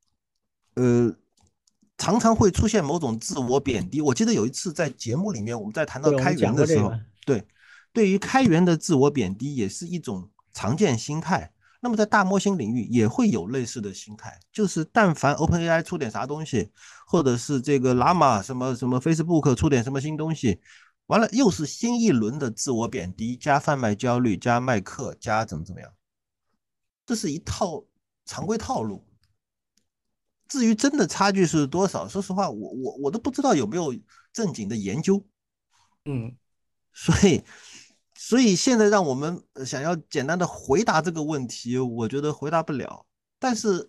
常常会出现某种自我贬低。我记得有一次在节目里面，我们在谈到开源的时候，对于开源的自我贬低也是一种常见心态。 那么在大模型领域也会有类似的心态，就是但凡 OpenAI 出点啥东西，或者是这个 Llama 什么什么 Facebook 出点什么新东西，完了又是新一轮的自我贬低，加贩卖焦虑，加卖课，加怎么样，这是一套常规套路。至于真的差距是多少，说实话，我都不知道有没有正经的研究。 嗯， 所以现在让我们想要简单的回答这个问题，我觉得回答不了。但是，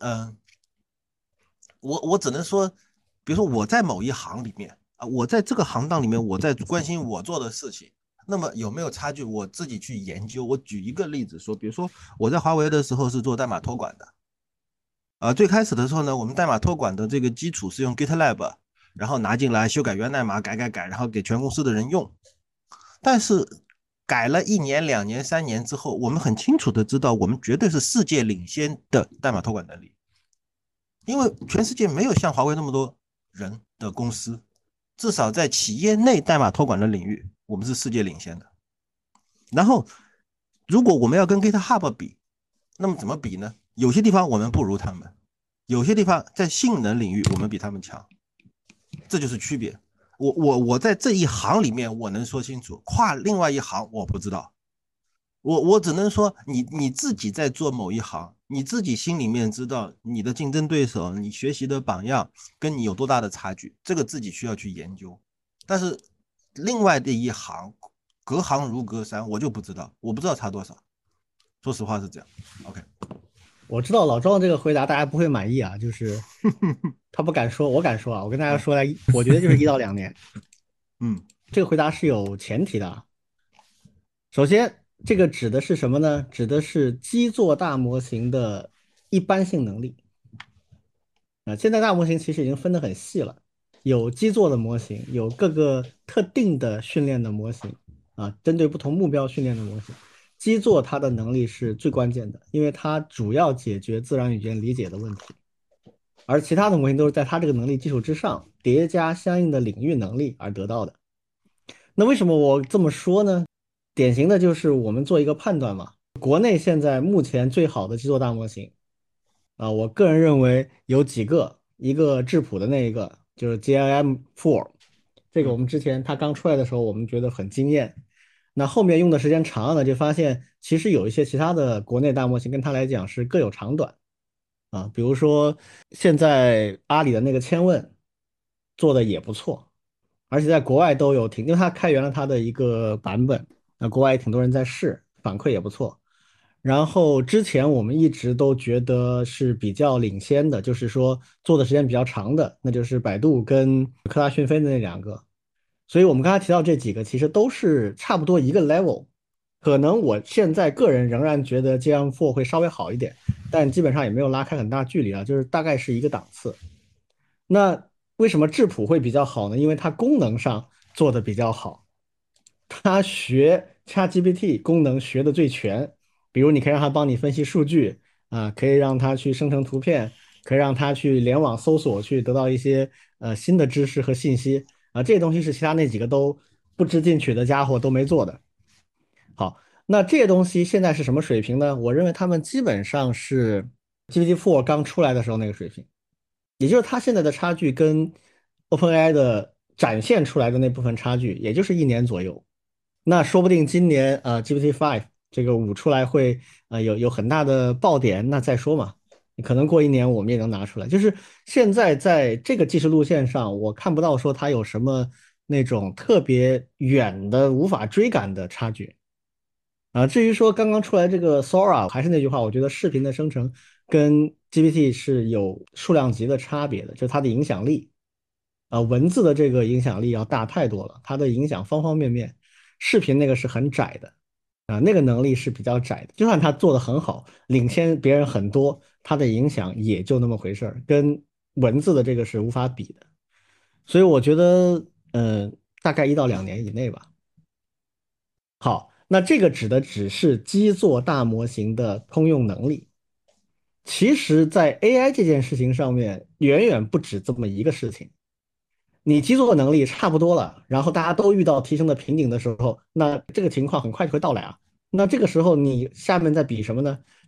我只能说，比如说我在某一行里面啊，我在这个行当里面，我在关心我做的事情，那么有没有差距，我自己去研究。我举一个例子说，比如说我在华为的时候是做代码托管的，最开始的时候呢，我们代码托管的这个基础是用 GitLab，然后拿进来修改源代码，改，然后给全公司的人用。但是改了1年、2年、3年之后，我们很清楚的知道，我们绝对是世界领先的代码托管能力，因为全世界没有像华为那么多人的公司，至少在企业内代码托管的领域，我们是世界领先的。然后，如果我们要跟 GitHub 比，那么怎么比呢？有些地方我们不如他们，有些地方在性能领域我们比他们强，这就是区别。我在这一行里面我能说清楚，跨另外一行我不知道。我只能说你自己在做某一行，你自己心里面知道你的竞争对手，你学习的榜样跟你有多大的差距，这个自己需要去研究。但是另外的一行，隔行如隔山，我就不知道，我不知道差多少。说实话是这样。OK， 我知道老庄这个回答大家不会满意啊，就是他不敢说，我敢说啊，我跟大家说来，我觉得就是1到2年。 嗯， 这个回答是有前提的啊。首先，这个指的是什么呢？指的是基座大模型的一般性能力。现在大模型其实已经分得很细了，有基座的模型，有各个特定的训练的模型针对不同目标训练的模型。基座它的能力是最关键的，因为它主要解决自然语言理解的问题，而其他的模型都是在它这个能力基础之上叠加相应的领域能力而得到的。那为什么我这么说呢？典型的就是我们做一个判断嘛，国内现在目前最好的基座大模型我个人认为有几个，一个质朴的那一个就是 GIM4，这个我们之前它刚出来的时候，我们觉得很惊艳。那后面用的时间长了，就发现其实有一些其他的国内大模型跟它来讲是各有长短比如说现在阿里的那个千问做的也不错，而且在国外都有因为它开源了它的一个版本，那国外也挺多人在试，反馈也不错。然后之前我们一直都觉得是比较领先的，就是说做的时间比较长的，那就是百度跟科大讯飞的那两个。所以我们刚才提到这几个，其实都是差不多一个 level。可能我现在个人仍然觉得 GM4 会稍微好一点，但基本上也没有拉开很大距离啊，就是大概是一个档次。那为什么质朴会比较好呢？因为它功能上做的比较好，它学 ChatGPT 功能学的最全。比如你可以让它帮你分析数据可以让它去生成图片，可以让它去联网搜索，去得到一些新的知识和信息这些东西是其他那几个都不知进取的家伙都没做的。好，那这些东西现在是什么水平呢？我认为他们基本上是 GPT-4 刚出来的时候那个水平，也就是它现在的差距跟 OpenAI 的展现出来的那部分差距，也就是1年左右。那说不定今年GPT-5这个5出来会有很大的爆点，那再说嘛。可能过1年我们也能拿出来。就是现在在这个技术路线上，我看不到说它有什么那种特别远的无法追赶的差距。至于说刚刚出来这个 Sora，还是那句话，我觉得视频的生成跟 GPT 是有数量级的差别的，就它的影响力文字的这个影响力要大太多了，它的影响方方面面。视频那个是很窄的那个能力是比较窄的，就算它做的很好，领先别人很多，它的影响也就那么回事儿，跟文字的这个是无法比的。所以我觉得，大概1到2年以内吧。好，那这个指的只是基座大模型的通用能力。其实，在 AI 这件事情上面，远远不止这么一个事情。你基座能力差不多了，然后大家都遇到提升的瓶颈的时候，那这个情况很快就会到来啊。那这个时候你下面在比什么呢？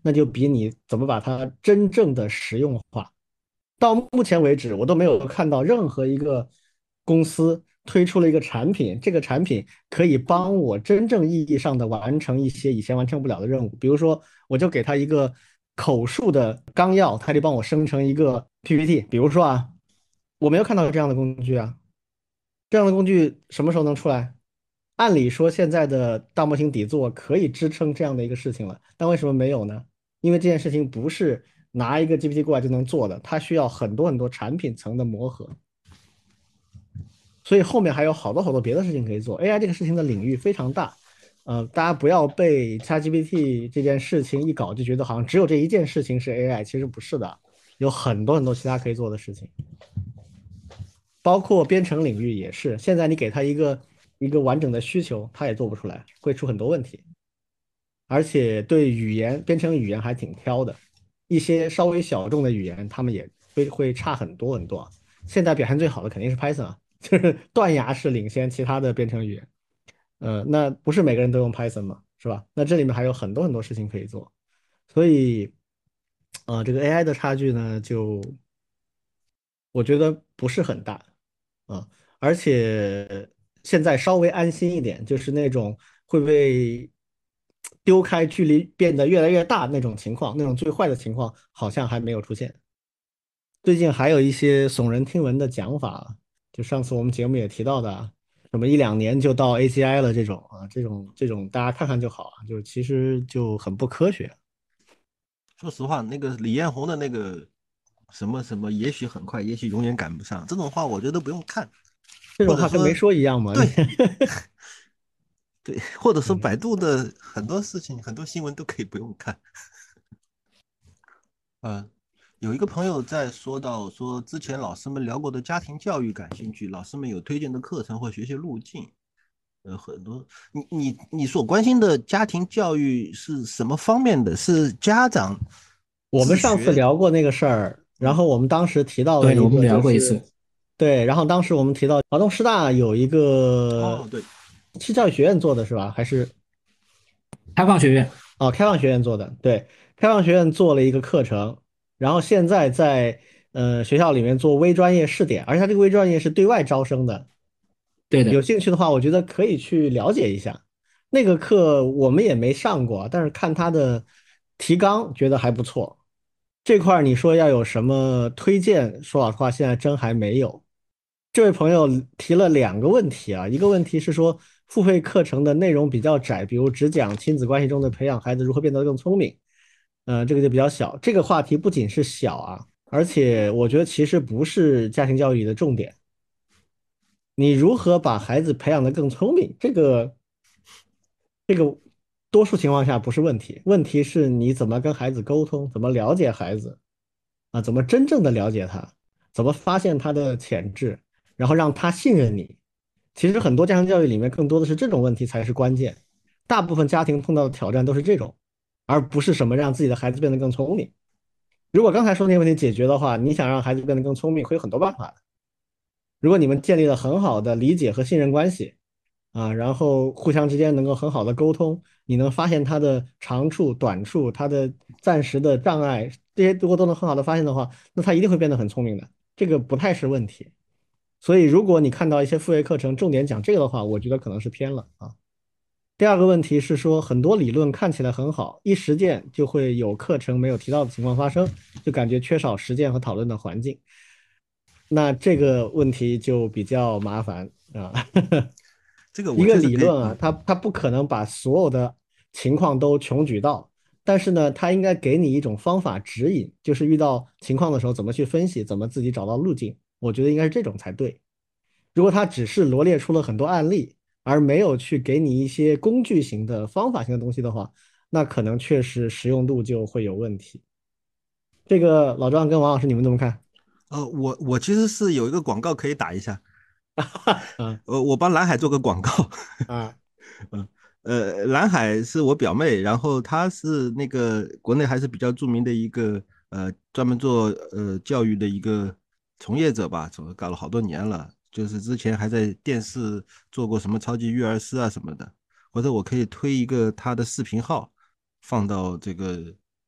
那就比你怎么把它真正的实用化。到目前为止，我都没有看到任何一个公司推出了一个产品，这个产品可以帮我真正意义上的完成一些以前完成不了的任务。比如说，我就给他一个口述的纲要，他就帮我生成一个 PPT。比如说啊，我没有看到这样的工具啊，这样的工具什么时候能出来？按理说，现在的大模型底座可以支撑这样的一个事情了，但为什么没有呢？因为这件事情不是拿一个 GPT 过来就能做的，它需要很多很多产品层的磨合，所以后面还有好多好多别的事情可以做。AI 这个事情的领域非常大，大家不要被 ChatGPT 这件事情一搞就觉得好像只有这一件事情是 AI，其实不是的，有很多很多其他可以做的事情。包括编程领域也是，现在你给他一个完整的需求，他也做不出来，会出很多问题。而且对语言编程语言还挺挑的，一些稍微小众的语言，他们也会差很多很多。现在表现最好的肯定是 Python 啊，就是断崖式领先其他的编程语言。那不是每个人都用 Python 嘛，是吧？那这里面还有很多很多事情可以做，所以，这个 AI 的差距呢，就我觉得不是很大。而且现在稍微安心一点，就是那种会被丢开距离变得越来越大那种情况，那种最坏的情况好像还没有出现。最近还有一些耸人听闻的讲法，就上次我们节目也提到的啊，什么1、2年就到 AGI 了这种啊，这种大家看看就好啊，就是其实就很不科学。 说实话，那个李彦宏的那个什么什么，也许很快，也许永远赶不上，这种话我觉得不用看， 这种话跟没或者说说一样嘛。 对对，或者说百嗯度的很多事情、很多新闻都可以不用看。有一个朋友在说到说，之前老师们聊过的家庭教育感兴趣，老师们有推荐的课程或学习路径。很多你所关心的家庭教育是什么方面的？是家长我们上次自学？ 聊过那个事儿，然后我们当时提到了对，我们一个， 聊过一次。 对，然后当时我们提到华东师大有一个哦，对， 是教育学院做的是吧？还是开放学院。 哦开放学院做的？对，开放学院做了一个课程，然后现在在学校里面做微专业试点，而且它这个微专业是对外招生的。有对的。 兴趣的话，我觉得可以去了解一下。那个课我们也没上过，但是看他的提纲觉得还不错。这块儿你说要有什么推荐？说老实话，现在真还没有。这位朋友提了2个问题啊，一个问题是说付费课程的内容比较窄，比如只讲亲子关系中的培养孩子如何变得更聪明，这个就比较小。这个话题不仅是小啊，而且我觉得其实不是家庭教育里的重点。你如何把孩子培养得更聪明，这个多数情况下不是问题，问题是你怎么跟孩子沟通，怎么了解孩子。怎么真正的了解他，怎么发现他的潜质，然后让他信任你。其实很多家庭教育里面更多的是这种问题才是关键，大部分家庭碰到的挑战都是这种，而不是什么让自己的孩子变得更聪明。如果刚才说那些问题解决的话，你想让孩子变得更聪明，会有很多办法的。如果你们建立了很好的理解和信任关系，然后互相之间能够很好的沟通，你能发现他的长处、短处，他的暂时的障碍，这些如果都能很好的发现的话，那他一定会变得很聪明的，这个不太是问题。所以，如果你看到一些付费课程重点讲这个的话，我觉得可能是偏了啊。第二个问题是说，很多理论看起来很好，一实践就会有课程没有提到的情况发生，就感觉缺少实践和讨论的环境。那这个问题就比较麻烦啊。 这个一个我确实可以， 理论啊，它不可能把所有的情况都穷举到，但是呢，它应该给你一种方法指引，就是遇到情况的时候怎么去分析，怎么自己找到路径。我觉得应该是这种才对。如果它只是罗列出了很多案例，而没有去给你一些工具型的方法型的东西的话，那可能确实实用度就会有问题。这个老张跟王老师，你们怎么看？ 我其实是有一个广告可以打一下， 啊我帮蓝海做个广告。 啊嗯，蓝海是我表妹，然后她是那个国内还是比较著名的一个专门做教育的一个从业者吧，搞了好多年了，就是之前还在电视做过什么超级育儿师啊什么的，或者我可以推一个她的视频号放到这个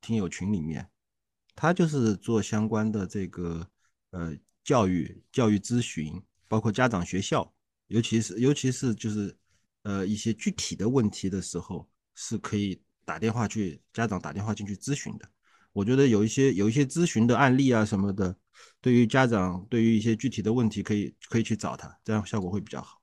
听友群里面，他就是做相关的这个教育咨询，包括家长学校，尤其是就是一些具体的问题的时候，是可以家长打电话进去咨询的。我觉得有一些咨询的案例啊什么的，对于家长对于一些具体的问题可以去找他，这样效果会比较好。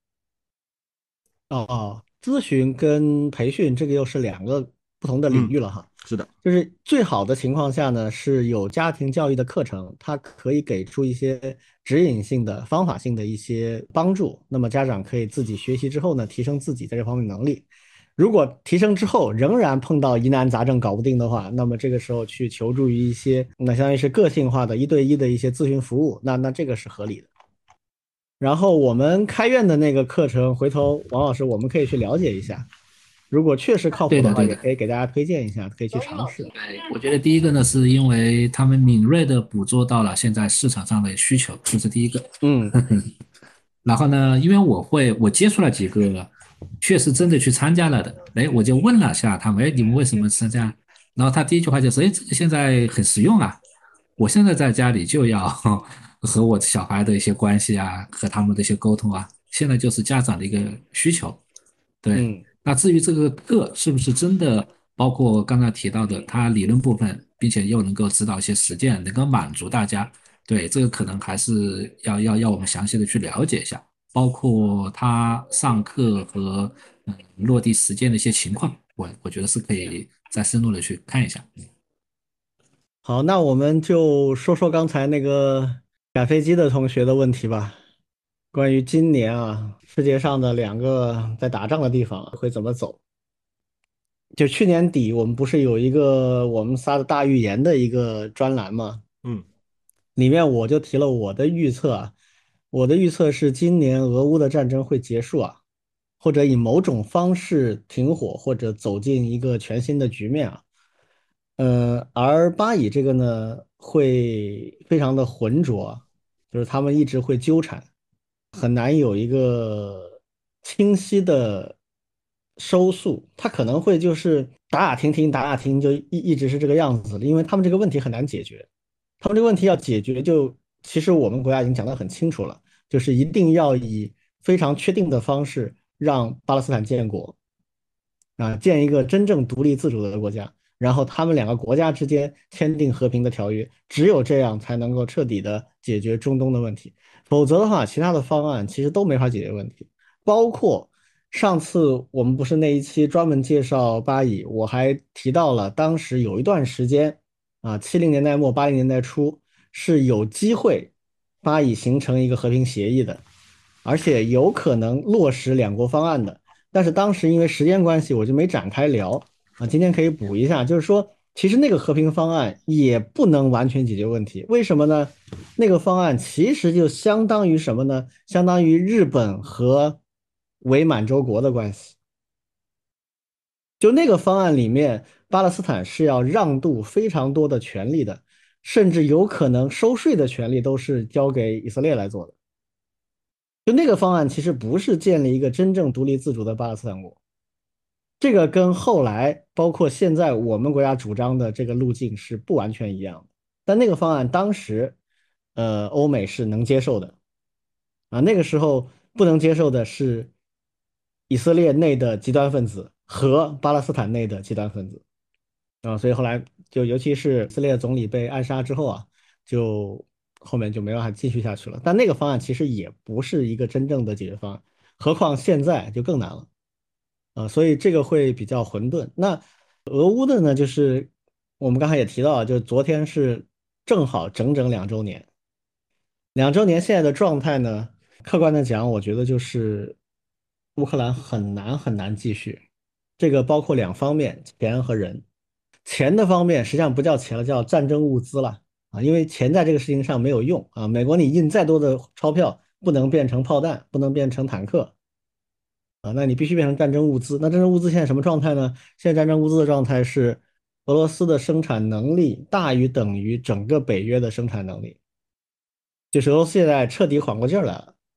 哦，咨询跟培训这个又是两个不同的领嗯， 域了哈。 是的。 就是最好的情况下呢，是有家庭教育的课程，它可以给出一些指引性的、方法性的一些帮助。那么家长可以自己学习之后呢，提升自己在这方面能力。如果提升之后仍然碰到疑难杂症搞不定的话，那么这个时候去求助于一些那相当于是个性化的1对1的一些咨询服务，那这个是合理的。然后我们开院的那个课程，回头王老师我们可以去了解一下，如果确实靠谱的话， 对的对的。 也可以给大家推荐一下，可以去尝试。 对，我觉得第一个呢，是因为他们敏锐的捕捉到了现在市场上的需求，这是第一个。 嗯然后呢，因为我接触了几个确实真的去参加了的，哎，我就问了下他们，哎，你们为什么参加？然后他第一句话就是，哎，这个现在很实用啊，我现在在家里就要和我小孩的一些关系啊，和他们的一些沟通啊，现在就是家长的一个需求。对， 嗯。 那至于这个课是不是真的包括刚才提到的它理论部分，并且又能够指导一些实践，能够满足大家，对，这个可能还是要我们详细的去了解一下，包括他上课和落地实践的一些情况，我觉得是可以再深入的去看一下。 好，那我们就说说刚才那个赶飞机的同学的问题吧。关于今年啊，世界上的两个在打仗的地方会怎么走？就去年底，我们不是有一个我们仨的大预言的一个专栏吗？ 嗯里面我就提了我的预测啊，我的预测是今年俄乌的战争会结束啊，或者以某种方式停火，或者走进一个全新的局面啊。而巴以这个呢，会非常的浑浊，就是他们一直会纠缠，很难有一个清晰的收束。他可能会就是打打停停，打打停停，就一直是这个样子的，因为他们这个问题很难解决。他们这个问题要解决就，其实我们国家已经讲得很清楚了，就是一定要以非常确定的方式让巴勒斯坦建国。啊，建一个真正独立自主的国家，然后他们两个国家之间签订和平的条约，只有这样才能够彻底的解决中东的问题。否则的话，其他的方案其实都没法解决问题。包括上次我们不是那一期专门介绍巴以，我还提到了当时有一段时间啊，70年代末80年代初是有机会巴以形成一个和平协议的，而且有可能落实两国方案的。但是当时因为时间关系，我就没展开聊啊。今天可以补一下，就是说，其实那个和平方案也不能完全解决问题。为什么呢？那个方案其实就相当于什么呢？相当于日本和伪满洲国的关系。就那个方案里面，巴勒斯坦是要让渡非常多的权利的，甚至有可能收税的权利都是交给以色列来做的。就那个方案其实不是建立一个真正独立自主的巴勒斯坦国。这个跟后来包括现在我们国家主张的这个路径是不完全一样的，但那个方案当时，欧美是能接受的啊，那个时候不能接受的是以色列内的极端分子和巴勒斯坦内的极端分子啊，所以后来就尤其是以色列总理被暗杀之后啊，就后面就没办法继续下去了。但那个方案其实也不是一个真正的解决方案，何况现在就更难了。所以这个会比较混沌。那俄乌的呢，就是我们刚才也提到啊，就昨天是正好整整2周年。2周年现在的状态呢，客观的讲，我觉得就是乌克兰很难很难继续。这个包括两方面，钱和人。钱的方面实际上不叫钱了，叫战争物资了啊，因为钱在这个事情上没有用啊。美国你印再多的钞票，不能变成炮弹，不能变成坦克。啊，那你必须变成战争物资。那战争物资现在什么状态呢？现在战争物资的状态是俄罗斯的生产能力大于等于整个北约的生产能力，就是俄罗斯现在彻底缓过劲儿来了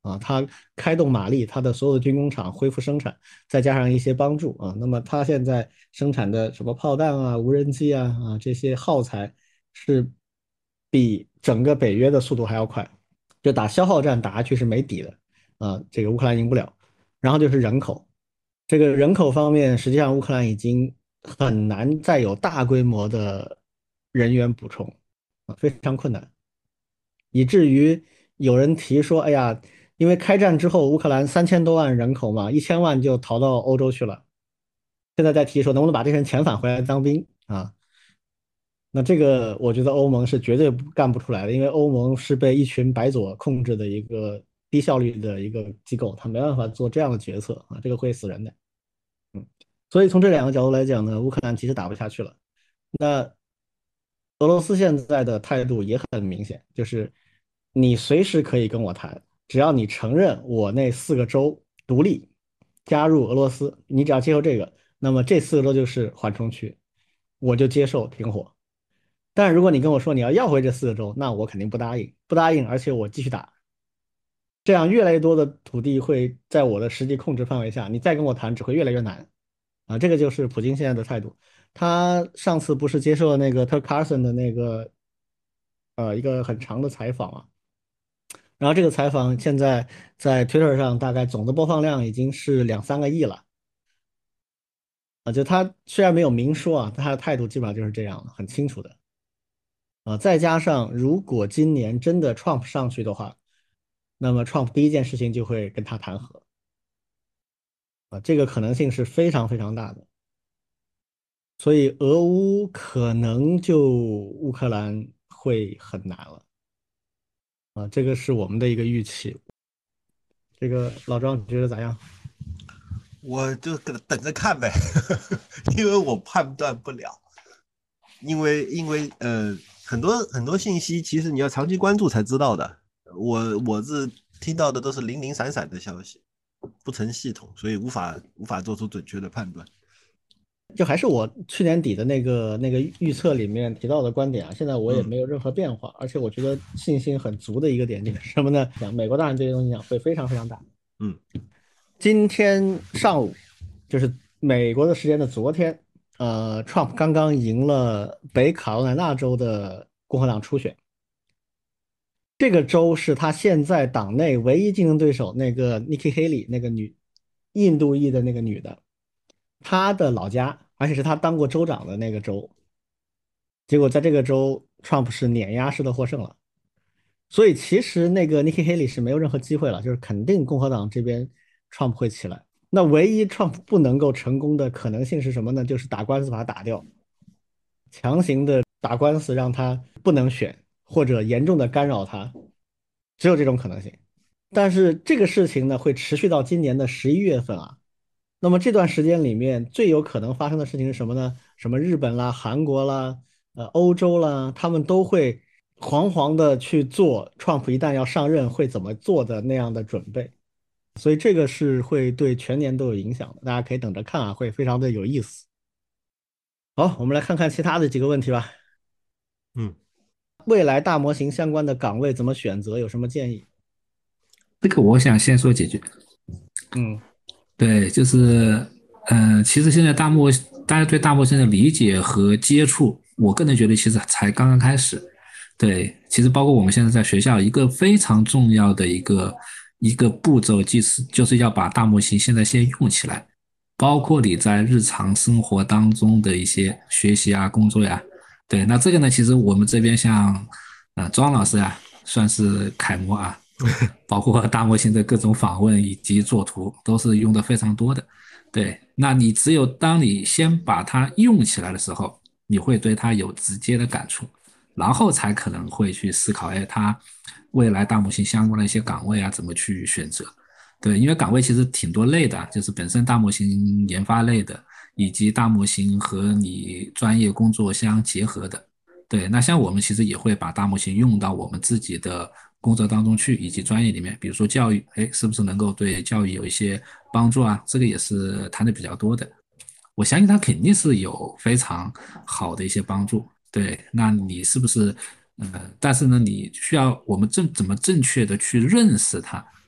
啊，它开动马力，它的所有的军工厂恢复生产，再加上一些帮助啊，那么它现在生产的什么炮弹啊、无人机这些耗材是比整个北约的速度还要快，就打消耗战打下去是没底的这个乌克兰赢不了。然后就是人口，这个人口方面，实际上乌克兰已经很难再有大规模的人员补充非常困难，以至于有人提说，哎呀，因为开战之后乌克兰3000多万人口嘛，1000万就逃到欧洲去了，现在在提说能不能把这些人遣返回来当兵啊？那这个我觉得欧盟是绝对干不出来的，因为欧盟是被一群白左控制的一个低效率的一个机构，他没办法做这样的决策这个会死人的。所以从这两个角度来讲呢，乌克兰其实打不下去了。那俄罗斯现在的态度也很明显，就是你随时可以跟我谈，只要你承认我那4个州独立，加入俄罗斯，你只要接受这个，那么这4个州就是缓冲区，我就接受停火。但如果你跟我说你要回这4个州，那我肯定不答应，不答应，而且我继续打。这样越来越多的土地会在我的实际控制范围下，你再跟我谈只会越来越难这个就是普京现在的态度。他上次不是接受了那个 Tucker Carlson 的那个一个很长的采访然后这个采访现在在 Twitter 上大概总的播放量已经是2、3个亿了就他虽然没有明说但他的态度基本上就是这样的，很清楚的再加上如果今年真的 Trump 上去的话，那么 Trump 第一件事情就会跟他谈和这个可能性是非常非常大的。所以俄乌可能就乌克兰会很难了这个是我们的一个预期。这个老庄你觉得咋样？ 我就等着看呗，因为我判断不了，因为很多信息其实你要长期关注才知道的，我是听到的都是零零散散的消息，不成系统，所以无法做出准确的判断。 就还是我去年底的那个预测里面提到的观点现在我也没有任何变化，而且我觉得信心很足的一个点就是什么呢？讲美国大选这些东西会非常非常大。今天上午就是美国的时间的昨天Trump 刚刚赢了北卡罗来纳州的共和党初选，这个州是他现在党内唯一竞争对手那个 Nikki Haley 那个印度裔的那个女的，她的老家，而且是她当过州长的那个州。结果在这个州，Trump 是碾压式的获胜了。所以其实那个 Nikki Haley 是没有任何机会了，就是肯定共和党这边 Trump 会起来。那唯一 Trump 不能够成功的可能性是什么呢？就是打官司把他打掉，强行的打官司让他不能选，或者严重的干扰他，只有这种可能性。但是这个事情呢，会持续到今年的11月份那么这段时间里面最有可能发生的事情是什么呢？什么日本啦、韩国啦、欧洲啦，他们都会惶惶的去做 Trump 一旦要上任会怎么做的那样的准备。所以这个是会对全年都有影响的，大家可以等着看会非常的有意思。好，我们来看看其他的几个问题吧。未来大模型相关的岗位怎么选择？有什么建议？ 这个我想先说几句。对，就是，其实现在大家对大模型的理解和接触，我个人觉得其实才刚刚开始。对，其实包括我们现在在学校，一个非常重要的一个步骤，就是要把大模型现在先用起来，包括你在日常生活当中的一些学习工作呀。对，那这个呢，其实我们这边像庄老师算是楷模包括大模型的各种访问以及作图都是用的非常多的。对，那你只有当你先把它用起来的时候，你会对它有直接的感触，然后才可能会去思考，它未来大模型相关的一些岗位怎么去选择。对，因为岗位其实挺多类的，就是本身大模型研发类的，以及大模型和你专业工作相结合的。对，那像我们其实也会把大模型用到我们自己的工作当中去，以及专业里面，比如说教育，是不是能够对教育有一些帮助这个也是谈的比较多的。我相信它肯定是有非常好的一些帮助。对，那你是不是但是呢，你需要我们怎么正确的去认识它？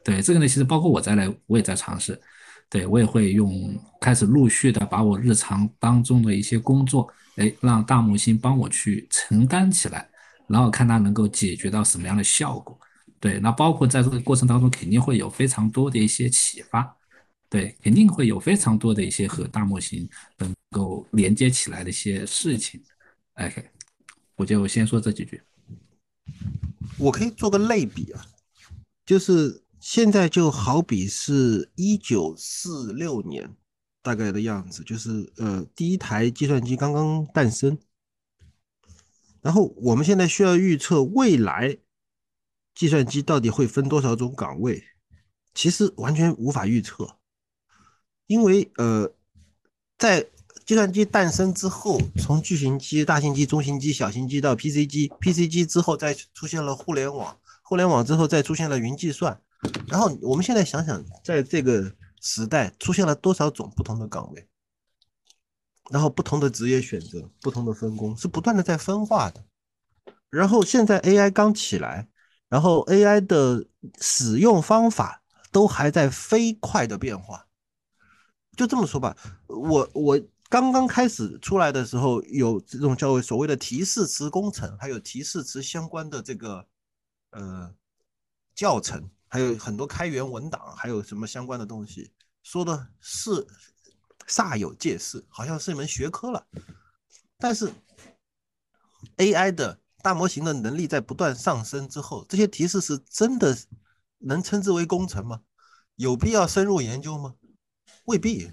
对，这个呢，其实包括我在内，我也在尝试。对，我也会开始陆续的把我日常当中的一些工作，让大模型帮我去承担起来，然后看它能够解决到什么样的效果。对，那包括在这个过程当中，肯定会有非常多的一些启发。对，肯定会有非常多的一些和大模型能够连接起来的一些事情。OK，我就先说这几句。 我可以做个类比啊，就是现在就好比是1946年大概的样子，就是第一台计算机刚刚诞生，然后我们现在需要预测未来计算机到底会分多少种岗位，其实完全无法预测，因为在计算机诞生之后，从巨型机、大型机、中型机、小型机到 PC 机，PC 机之后再出现了互联网，互联网之后再出现了云计算，然后我们现在想想，在这个时代出现了多少种不同的岗位，然后不同的职业选择、不同的分工，是不断的在分化的。然后现在 AI 刚起来，然后 AI 的使用方法都还在飞快的变化。就这么说吧，我刚刚开始出来的时候，有这种叫所谓的提示词工程，还有提示词相关的这个呃教程，还有很多开源文档，还有什么相关的东西，说的是煞有介事，好像是一门学科了。但是 AI 的大模型的能力在不断上升之后，这些提示词真的能称之为工程吗？有必要深入研究吗？未必。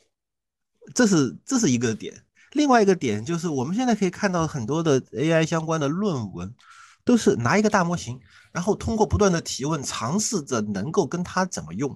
这是一个点。另外一个点就是，我们现在可以看到很多的 AI 相关的论文，都是拿一个大模型，然后通过不断的提问，尝试着能够跟它怎么用。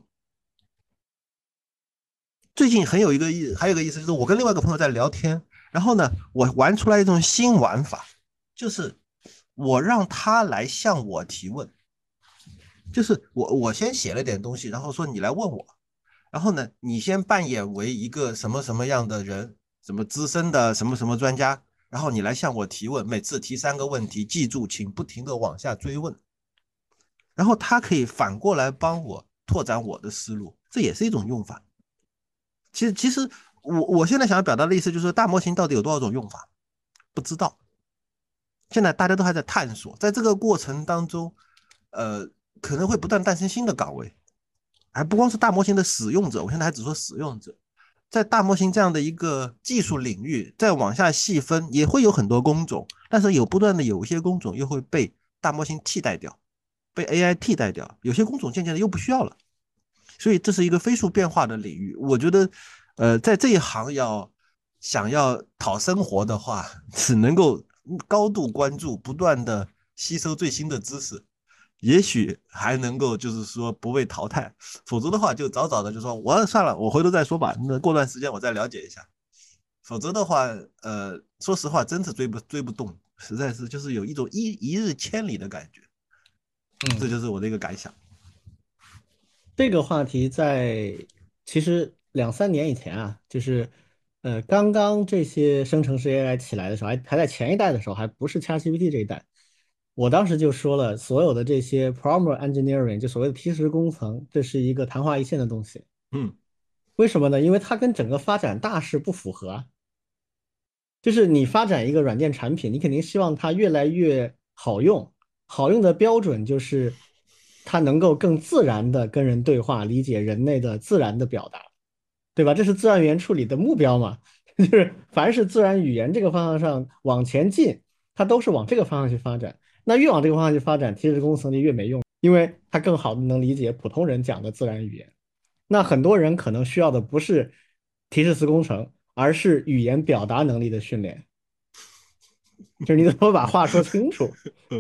最近还有一个意思就是，我跟另外一个朋友在聊天，然后呢，我玩出来一种新玩法，就是我让他来向我提问，就是我先写了点东西，然后说你来问我，然后呢，你先扮演为一个什么什么样的人，什么资深的什么什么专家，然后你来向我提问，每次提3个问题，记住，请不停的往下追问，然后他可以反过来帮我拓展我的思路，这也是一种用法。其实我现在想要表达的意思就是，大模型到底有多少种用法，不知道。现在大家都还在探索，在这个过程当中，可能会不断诞生新的岗位，还不光是大模型的使用者，我现在还只说使用者，在大模型这样的一个技术领域，再往下细分，也会有很多工种，但是不断的有一些工种又会被大模型替代掉，被 AI 替代掉，有些工种渐渐的又不需要了，所以这是一个飞速变化的领域。我觉得，在这一行想要讨生活的话，只能够高度关注，不断的吸收最新的知识，也许还能够就是说不被淘汰，否则的话就早早的就说我算了，我回头再说吧，那过段时间我再了解一下。否则的话，说实话，真是追不动，实在是就是有一种一日千里的感觉。这就是我的一个感想。 这个话题其实2、3年以前啊，就是刚刚这些生成式 AI 起来的时候，还在前一代的时候，还不是 ChatGPT 这一代，我当时就说了，所有的这些 prompt engineering 就所谓的提示工程，这是一个昙花一现的东西。 嗯， 为什么呢？因为它跟整个发展大势不符合啊。就是你发展一个软件产品，你肯定希望它越来越好用。好用的标准就是它能够更自然的跟人对话，理解人类的自然的表达，对吧？这是自然语言处理的目标嘛？就是凡是自然语言这个方向上往前进，它都是往这个方向去发展。那越往这个方向去发展，提示工程就越没用，因为它更好的能理解普通人讲的自然语言。那很多人可能需要的不是提示词工程，而是语言表达能力的训练，就是你怎么把话说清楚。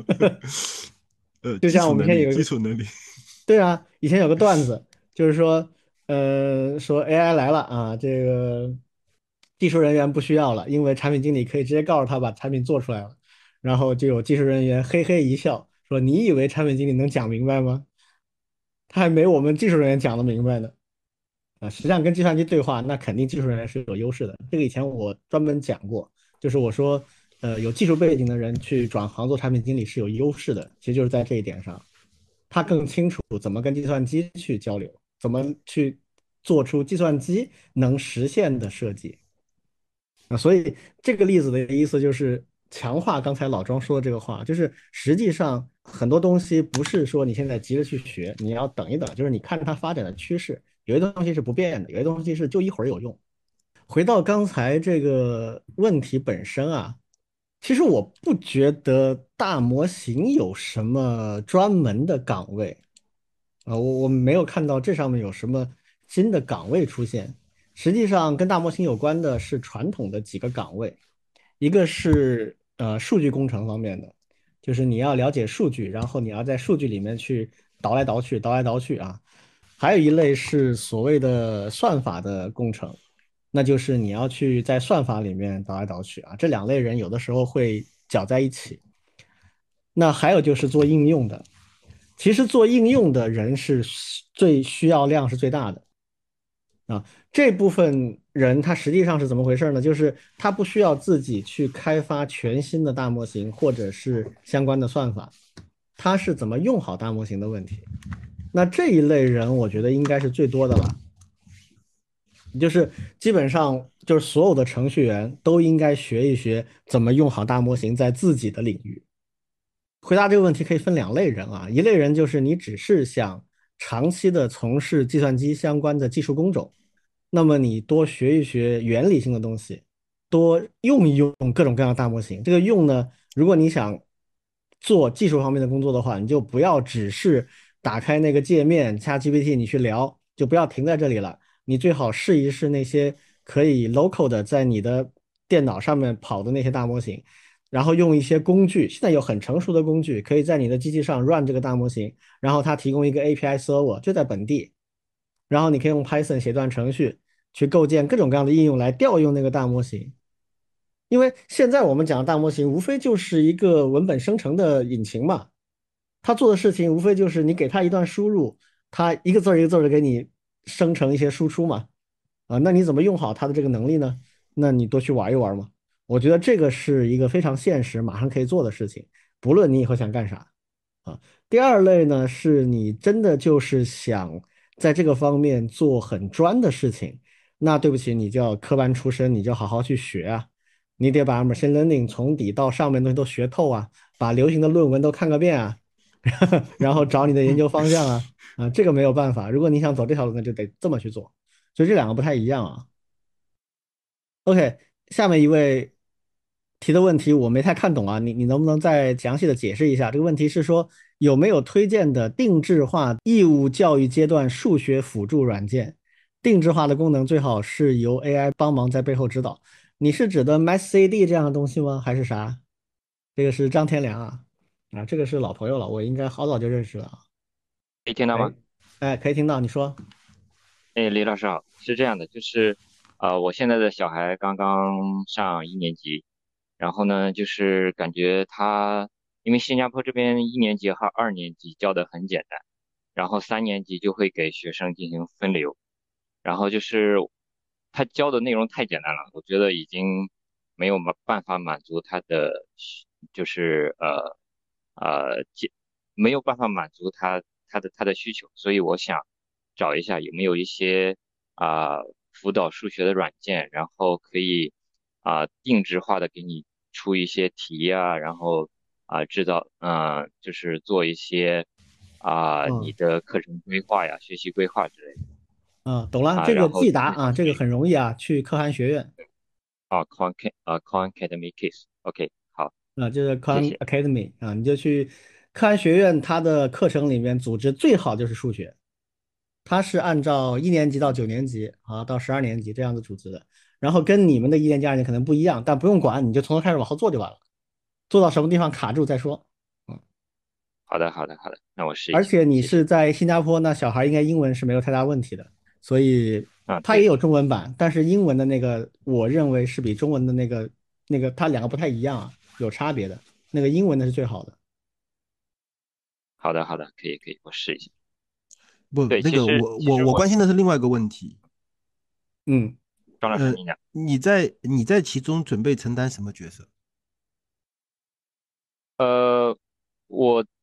就像我们以前有一个， 基础能力。 对啊，以前有个段子，就是说，说 AI 来了啊，这个技术人员不需要了，因为产品经理可以直接告诉他把产品做出来了，然后就有技术人员嘿嘿一笑，说你以为产品经理能讲明白吗？他还没我们技术人员讲的明白呢。啊，实际上跟计算机对话，那肯定技术人员是有优势的。这个以前我专门讲过，就是我说，有技术背景的人去转行做产品经理是有优势的，其实就是在这一点上。 他更清楚怎么跟计算机去交流，怎么去做出计算机能实现的设计。所以这个例子的意思就是强化刚才老庄说的这个话，就是实际上很多东西不是说你现在急着去学，你要等一等，就是你看它发展的趋势，有些东西是不变的，有些东西是就一会儿有用。回到刚才这个问题本身啊，其实我不觉得大模型有什么专门的岗位。我没有看到这上面有什么新的岗位出现。实际上，跟大模型有关的是传统的几个岗位，一个是数据工程方面的，就是你要了解数据，然后你要在数据里面去倒来倒去，倒来倒去啊。还有一类是所谓的算法的工程，那就是你要去在算法里面倒来倒去啊。这两类人有的时候会搅在一起。那还有就是做应用的，其实做应用的人是最需要量是最大的啊。这部分人他实际上是怎么回事呢？就是他不需要自己去开发全新的大模型或者是相关的算法，他是怎么用好大模型的问题。那这一类人，我觉得应该是最多的了。就是基本上就是所有的程序员都应该学一学怎么用好大模型在自己的领域。回答这个问题可以分两类人啊，一类人就是你只是想长期的从事计算机相关的技术工种，那么你多学一学原理性的东西，多用一用各种各样的大模型。这个用呢，如果你想做技术方面的工作的话，你就不要只是打开那个界面，ChatGPT 你去聊，就不要停在这里了。你最好试一试那些可以 local 的在你的电脑上面跑的那些大模型。然后用一些工具，现在有很成熟的工具，可以在你的机器上 run 这个大模型，然后它提供一个 API server 就在本地，然后你可以用 Python 写段程序去构建各种各样的应用来调用那个大模型。因为现在我们讲的大模型，无非就是一个文本生成的引擎嘛，它做的事情无非就是你给它一段输入，它一个字儿一个字儿的给你生成一些输出嘛。那你怎么用好它的这个能力呢？那你多去玩一玩嘛。我觉得这个是一个非常现实、马上可以做的事情，不论你以后想干啥啊。第二类呢，是你真的就是想在这个方面做很专的事情，那对不起，你就要科班出身，你就好好去学啊，你得把 machine learning 从底到上面的东西都学透啊，把流行的论文都看个遍啊，然后找你的研究方向啊，这个没有办法，如果你想走这条路，那就得这么去做，所以这两个不太一样啊。OK，下面一位提的问题我没太看懂啊，你能不能再详细的解释一下？这个问题是说有没有推荐的定制化义务教育阶段数学辅助软件？定制化的功能最好是由 AI 帮忙在背后指导。你是指的 MathCD 这样的东西吗？还是啥？这个是张天良啊，这个是老朋友了，我应该好早就认识了啊。 可以听到哎吗？ 哎，可以听到你说。 哎，李老师好，是这样的，就是我现在的小孩刚刚上1年级，然后呢，就是感觉他，因为新加坡这边1年级和2年级教的很简单，然后3年级就会给学生进行分流，然后就是他教的内容太简单了，我觉得已经没有办法满足他的，就是解没有办法满足他的需求，所以我想找一下有没有一些啊、辅导数学的软件，然后可以定制化的给你出一些题啊，然后制造就是做一些你嗯的课程规划呀、学习规划之类的懂了，这个然后季答啊，这个很容易啊，去可汗学院。 Khan Academy Case，OK，好， 就是谢 Khan 谢。 Academy 啊，你就去可汗学院，它的课程里面组织最好就是数学，它是按照1年级到9年级啊，到12年级这样子组织的，然后跟你们的1年级、2年级可能不一样，但不用管，你就从头开始往后做就完了，做到什么地方卡住再说。嗯， 好的，好的，好的，那我试一下， 而且你谢谢。 是在新加坡，那小孩应该英文是没有太大问题的，所以它也对， 有中文版，但是英文的那个我认为是比中文的那个它两个不太一样啊，有差别的，那个英文的是最好的。 好的，好的，可以，可以，我试一下。 不， 对， 那个其实我关心的是另外一个问题。 嗯。 张老师呃， 您讲。 你在其中准备承担什么角色？ 呃，我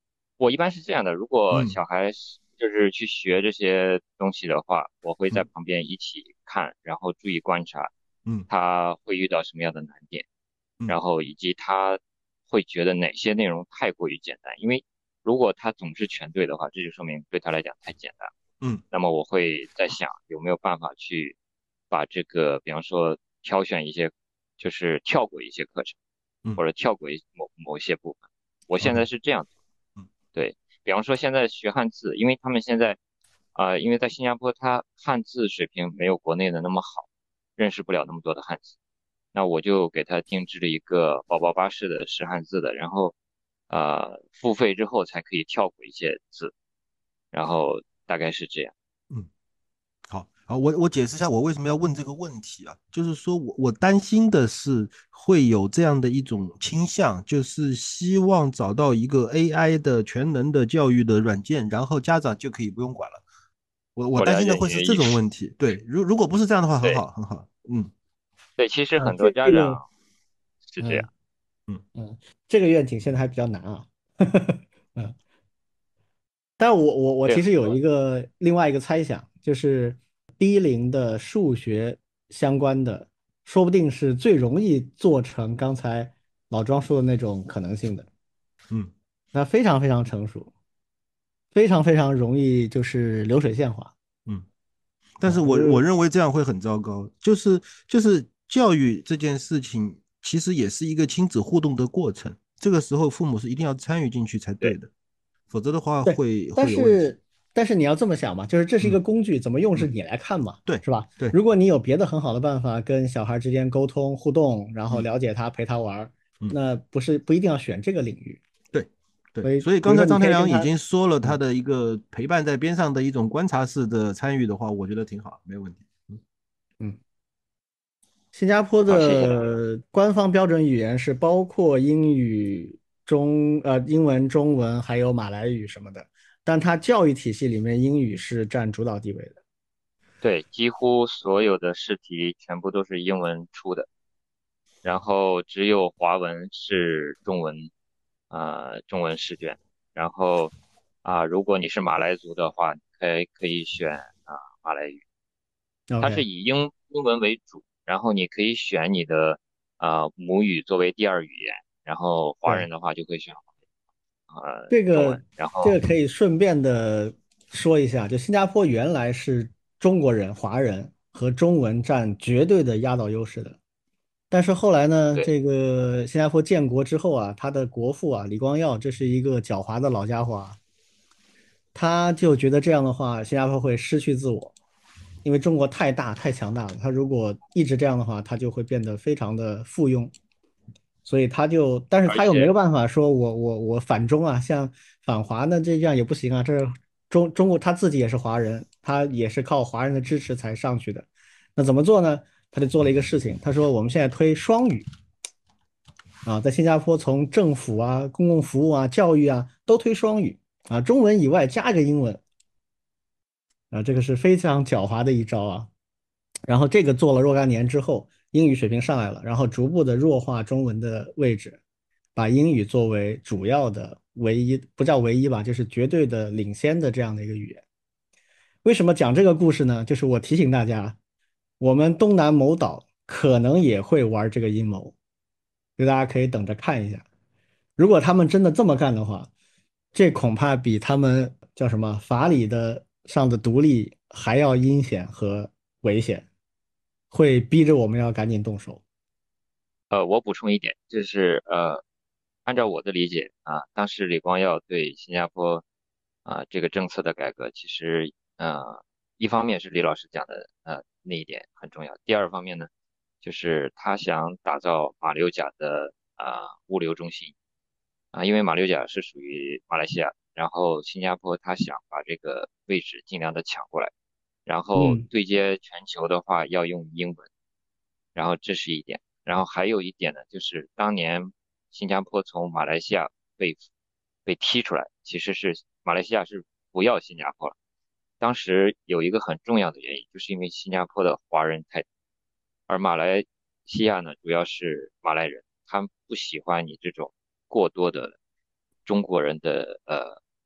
我一般是这样的，如果嗯小孩就是去学这些东西的话，我会在嗯旁边一起看，然后注意观察嗯他会遇到什么样的难点， 嗯然后以及他会觉得哪些内容太过于简单，因为如果他总是全对的话，这就说明对他来讲太简单。 嗯那么我会在想有没有办法去把这个，比方说挑选一些，就是跳过一些课程， 嗯或者跳过某一些部分。我现在 ，OK， 是这样做， 嗯对，比方说现在学汉字，因为他们现在因为在新加坡，他汉字水平没有国内的那么好，认识不了那么多的汉字，那我就给他定制了一个宝宝巴士的识汉字的，然后付费之后才可以跳过一些字，然后大概是这样。 嗯。好，好，我解释一下我为什么要问这个问题啊，就是说我担心的是会有这样的一种倾向，就是希望找到一个 AI 的全能的教育的软件，然后家长就可以不用管了。我担心的我了解会是这你的意思。 种问题。对，如果不是这样的话，很对好，很好。嗯对，其实很多这个家长是这样。 嗯嗯这个愿景现在还比较难啊。嗯，但我对， 其实有一个另外一个猜想，就是低龄的数学相关的，说不定是最容易做成刚才老庄说的那种可能性的。 嗯它非常非常成熟，非常非常容易就是流水线化嗯。但是啊。 我认为这样会很糟糕，就是教育这件事情，其实也是一个亲子互动的过程，这个时候父母是一定要参与进去才对对， 的，否则的话对，但会有问题。 是你要这么想嘛，就是这是一个嗯工具，怎么用是嗯， 你来看嘛， 对是吧？ 对， 如果你有别的很好的办法跟小孩之间沟通互动，然后嗯了解他，陪他玩儿， 嗯那不一定要选这个领域。 对对， 所以， 所以比如说你刚才张天可以跟他， 良已经说了他嗯的一个陪伴在边上的一种观察式的参与的话，我觉得挺好，没有问题。嗯嗯，新加坡好，谢谢。 的官方标准语言是包括英语、英文、中文还有马来语什么的，但它教育体系里面英语是占主导地位的。 对，几乎所有的试题全部都是英文出的，然后只有华文是中文，中文试卷。然后如果你是马来族的话，可以选马来语，它是 OK， 以英文为主，然后你可以选你的母语作为第二语言，然后华人对。 的话就会选中文， 这个然后可以顺便的说一下，就新加坡原来是中国人、华人和中文占绝对的压倒优势的，但是后来呢， 对这个新加坡建国之后啊，他的国父啊李光耀，这是一个狡猾的老家伙啊，他就觉得这样的话，新加坡会失去自我，因为中国太大太强大了，他如果一直这样的话，他就会变得非常的附庸。所以他就，但是他又没而且有办法说我反中啊，像反华呢这样也不行啊，这中国他自己也是华人，他也是靠华人的支持才上去的，那怎么做呢？他就做了一个事情，他说我们现在推双语啊，在新加坡从政府啊、公共服务啊、教育啊都推双语啊，中文以外加一个英文啊，这个是非常狡猾的一招啊。然后这个做了若干年之后，英语水平上来了，然后逐步的弱化中文的位置，把英语作为主要的唯一，不叫唯一吧，就是绝对的领先的这样的一个语言。为什么讲这个故事呢？就是我提醒大家，我们东南某岛可能也会玩这个阴谋，就大家可以等着看一下。如果他们真的这么干的话，这恐怕比他们叫什么法理的上的独立还要阴险和危险，会逼着我们要赶紧动手。 我补充一点，就是按照我的理解当时李光耀对新加坡这个政策的改革，其实一方面是李老师讲的那一点很重要，第二方面呢，就是他想打造马六甲的物流中心因为马六甲是属于马来西亚，然后新加坡他想把这个位置尽量的抢过来，然后嗯对接全球的话要用英文，然后这是一点。然后还有一点呢，就是当年新加坡从马来西亚被踢出来，其实是马来西亚是不要新加坡了。当时有一个很重要的原因，就是因为新加坡的华人太多，而马来西亚呢，主要是马来人，他们不喜欢你这种过多的中国人的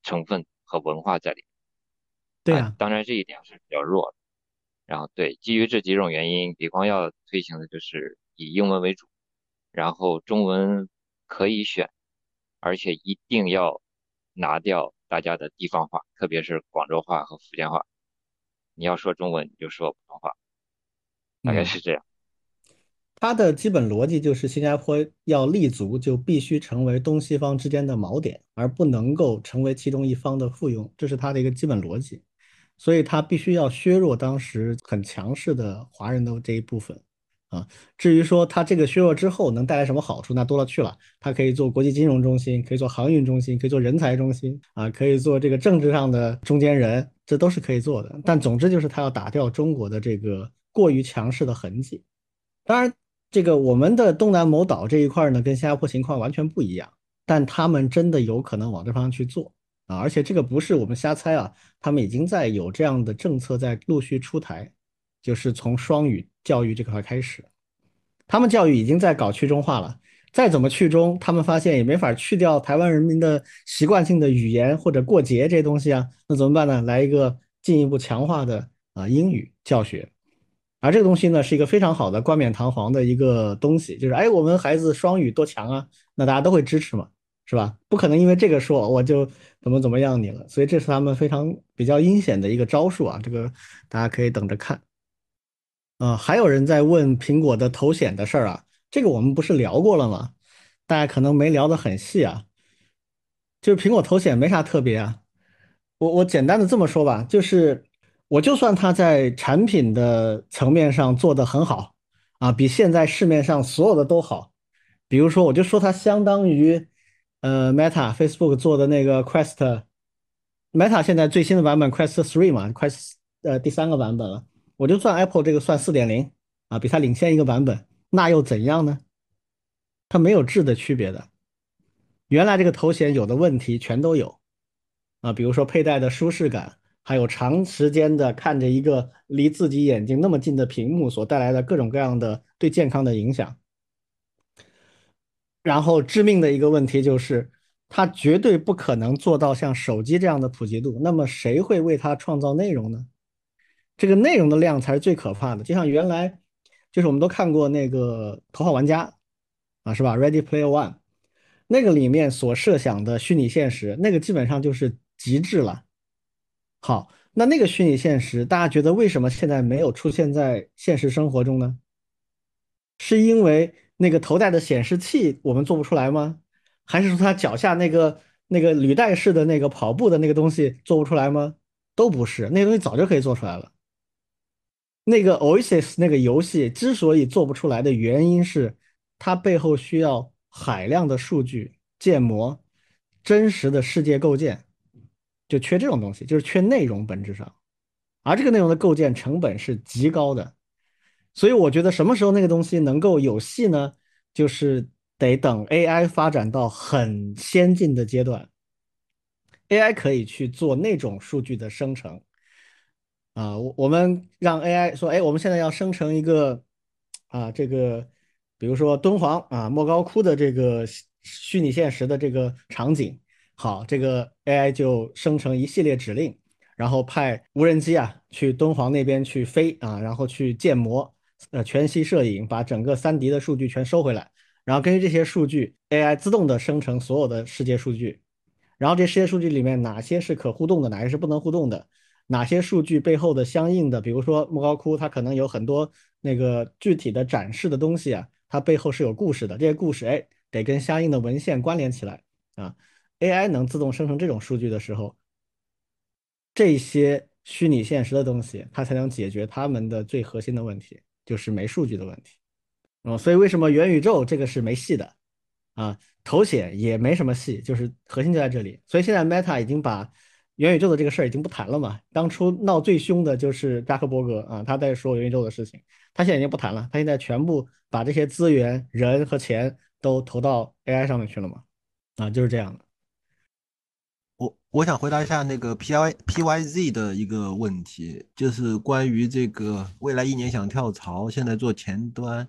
成分和文化在里面啊。 对呀， 当然这一点是比较弱的。然后对，基于这几种原因，比光要推行的就是以英文为主，然后中文可以选，而且一定要拿掉大家的地方话，特别是广州话和福建话。你要说中文，你就说普通话，大概嗯。 是这样。 它的基本逻辑就是新加坡要立足，就必须成为东西方之间的锚点，而不能够成为其中一方的附庸，这是它的一个基本逻辑。所以它必须要削弱当时很强势的华人的这一部分啊。至于说它这个削弱之后能带来什么好处，那多了去了。它可以做国际金融中心，可以做航运中心，可以做人才中心啊，可以做这个政治上的中间人，这都是可以做的。但总之就是它要打掉中国的这个过于强势的痕迹。当然，这个我们的东南某岛这一块呢，跟新加坡情况完全不一样，但他们真的有可能往这方向去做啊，而且这个不是我们瞎猜啊，他们已经在有这样的政策在陆续出台，就是从双语教育这块开始，他们教育已经在搞去中化了，再怎么去中，他们发现也没法去掉台湾人民的习惯性的语言或者过节这些东西啊，那怎么办呢？来一个进一步强化的英语教学。而这个东西呢，是一个非常好的冠冕堂皇的一个东西，就是哎，我们孩子双语多强啊，那大家都会支持嘛，是吧？不可能因为这个说我就怎么样你了，所以这是他们非常比较阴险的一个招数啊，这个大家可以等着看。还有人在问苹果的头显的事儿啊，这个我们不是聊过了吗？大家可能没聊得很细啊，就是苹果头显没啥特别啊，我简单的这么说吧，就是我就算它在产品的层面上做得很好啊，比现在市面上所有的都好。比如说，我就说它相当于Meta Facebook 做的那个 Quest，Meta 现在最新的版本 Quest 3嘛，Quest 第三个版本了。我就算 Apple 这个算4.0啊，比它领先一个版本，那又怎样呢？它没有质的区别的。原来这个头显有的问题全都有。啊，比如说佩戴的舒适感，还有长时间的看着一个离自己眼睛那么近的屏幕所带来的各种各样的对健康的影响。然后致命的一个问题就是，它绝对不可能做到像手机这样的普及度。那么谁会为它创造内容呢？这个内容的量才是最可怕的。就像原来，就是我们都看过那个《头号玩家》啊，是吧？Ready Player One，那个里面所设想的虚拟现实，那个基本上就是极致了。好，那个虚拟现实，大家觉得为什么现在没有出现在现实生活中呢？是因为那个头戴的显示器我们做不出来吗？还是说他脚下那个履带式的那个跑步的那个东西做不出来吗？都不是，那个东西早就可以做出来了。那个 Oasis 那个游戏之所以做不出来的原因是，它背后需要海量的数据、建模、真实的世界构建，就缺这种东西，就是缺内容本质上。而这个内容的构建成本是极高的，所以我觉得什么时候那个东西能够有戏呢？就是得等 AI 发展到很先进的阶段，AI 可以去做那种数据的生成。我们让 AI 说，哎，我们现在要生成一个这个比如说敦煌莫高窟的这个虚拟现实的这个场景，好，这个 AI 就生成一系列指令，然后派无人机去敦煌那边去飞然后去建模，全息摄影，把整个3D 的数据全收回来，然后根据这些数据，AI 自动的生成所有的世界数据，然后这世界数据里面哪些是可互动的，哪些是不能互动的。哪些数据背后的相应的，比如说莫高窟，它可能有很多那个具体的展示的东西它背后是有故事的，这些故事得跟相应的文献关联起来啊。AI 能自动生成这种数据的时候，这些虚拟现实的东西，它才能解决他们的最核心的问题，就是没数据的问题。所以为什么元宇宙这个是没戏的头显也没什么戏，就是核心就在这里。所以现在 Meta 已经把元宇宙的这个事儿已经不谈了嘛。当初闹最凶的就是扎克伯格他在说元宇宙的事情，他现在已经不谈了，他现在全部把这些资源、人和钱都投到 AI 上面去了嘛。就是这样的。 我想回答一下那个 PYZ 的一个问题，就是关于这个未来1年想跳槽，现在做前端，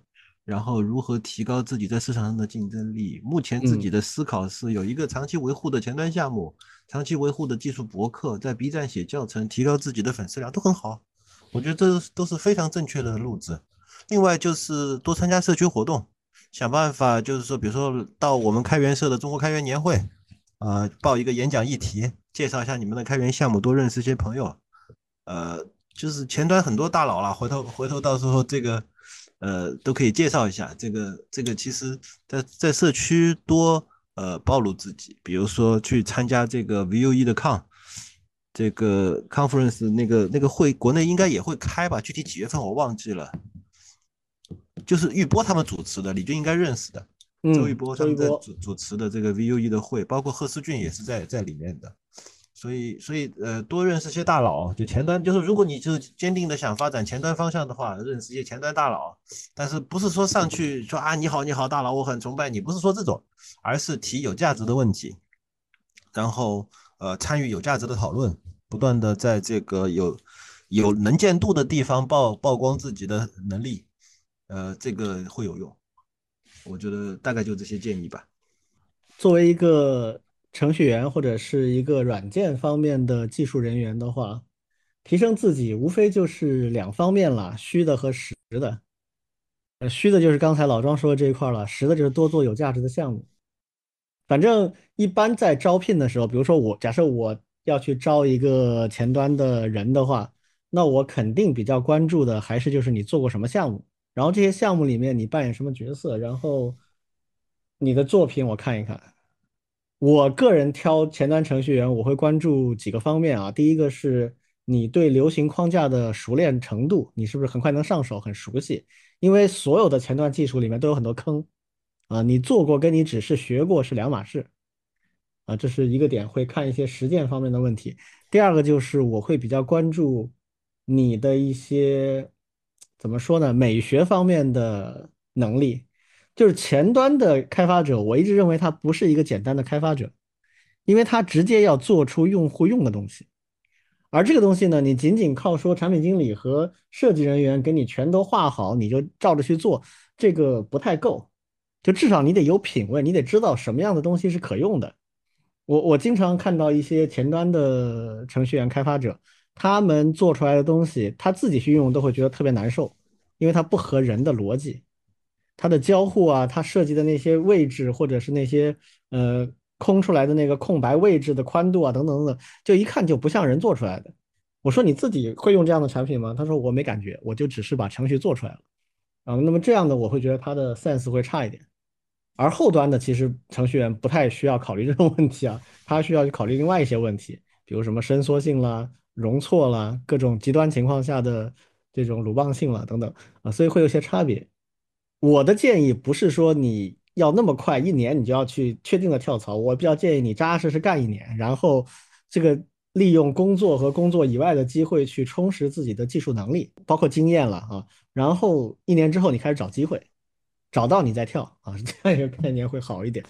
然后如何提高自己在市场上的竞争力。目前自己的思考是有一个长期维护的前端项目，长期维护的技术博客，在 B 站写教程，提高自己的粉丝量都很好。我觉得这都是非常正确的路子。另外就是多参加社区活动，想办法就是说，比如说到我们开源社的中国开源年会，报一个演讲议题，介绍一下你们的开源项目，多认识一些朋友。就是前端很多大佬啦，回头到时候这个都可以介绍一下。这个其实在社区多暴露自己，比如说去参加这个 Vue 的 这个 conference 那个会，国内应该也会开吧，具体几月份我忘记了。就是玉波他们主持的，李军应该认识的。周玉波他们在主持的这个 Vue 的会，包括贺思俊也是在里面的。所以多认识些大佬，就前端，就是如果你就是坚定的想发展前端方向的话，认识一些前端大佬，但是不是说上去说啊你好你好大佬，我很崇拜你，不是说这种，而是提有价值的问题，然后参与有价值的讨论，不断的在这个有能见度的地方曝光自己的能力，这个会有用。我觉得大概就这些建议吧。 作为一个程序员或者是一个软件方面的技术人员的话，提升自己无非就是两方面了，虚的和实的。虚的就是刚才老庄说的这一块了，实的就是多做有价值的项目。反正一般在招聘的时候，比如说假设我要去招一个前端的人的话，那我肯定比较关注的还是就是你做过什么项目，然后这些项目里面你扮演什么角色，然后你的作品我看一看。我个人挑前端程序员，我会关注几个方面啊。第一个是你对流行框架的熟练程度，你是不是很快能上手，很熟悉？因为所有的前端技术里面都有很多坑啊，你做过跟你只是学过是两码事啊，这是一个点，会看一些实践方面的问题。第二个就是我会比较关注你的一些怎么说呢，美学方面的能力。就是前端的开发者，我一直认为他不是一个简单的开发者，因为他直接要做出用户用的东西。而这个东西呢，你仅仅靠说产品经理和设计人员给你全都画好，你就照着去做，这个不太够。就至少你得有品位，你得知道什么样的东西是可用的。我经常看到一些前端的程序员开发者，他们做出来的东西，他自己去用都会觉得特别难受，因为它不合人的逻辑。它的交互啊，它设计的那些位置，或者是那些空出来的那个空白位置的宽度啊，等等等等，就一看就不像人做出来的。我说你自己会用这样的产品吗？他说我没感觉，我就只是把程序做出来了。啊，那么这样的我会觉得他的 sense 会差一点。而后端的其实程序员不太需要考虑这种问题啊，他需要去考虑另外一些问题，比如什么伸缩性啦、容错啦、各种极端情况下的这种鲁棒性啦等等啊，所以会有些差别。我的建议不是说你要那么快，一年你就要去确定的跳槽，我比较建议你扎扎实实干一年，然后这个利用工作和工作以外的机会去充实自己的技术能力，包括经验了啊。然后一年之后你开始找机会，找到你再跳啊，这样一个概念会好一点。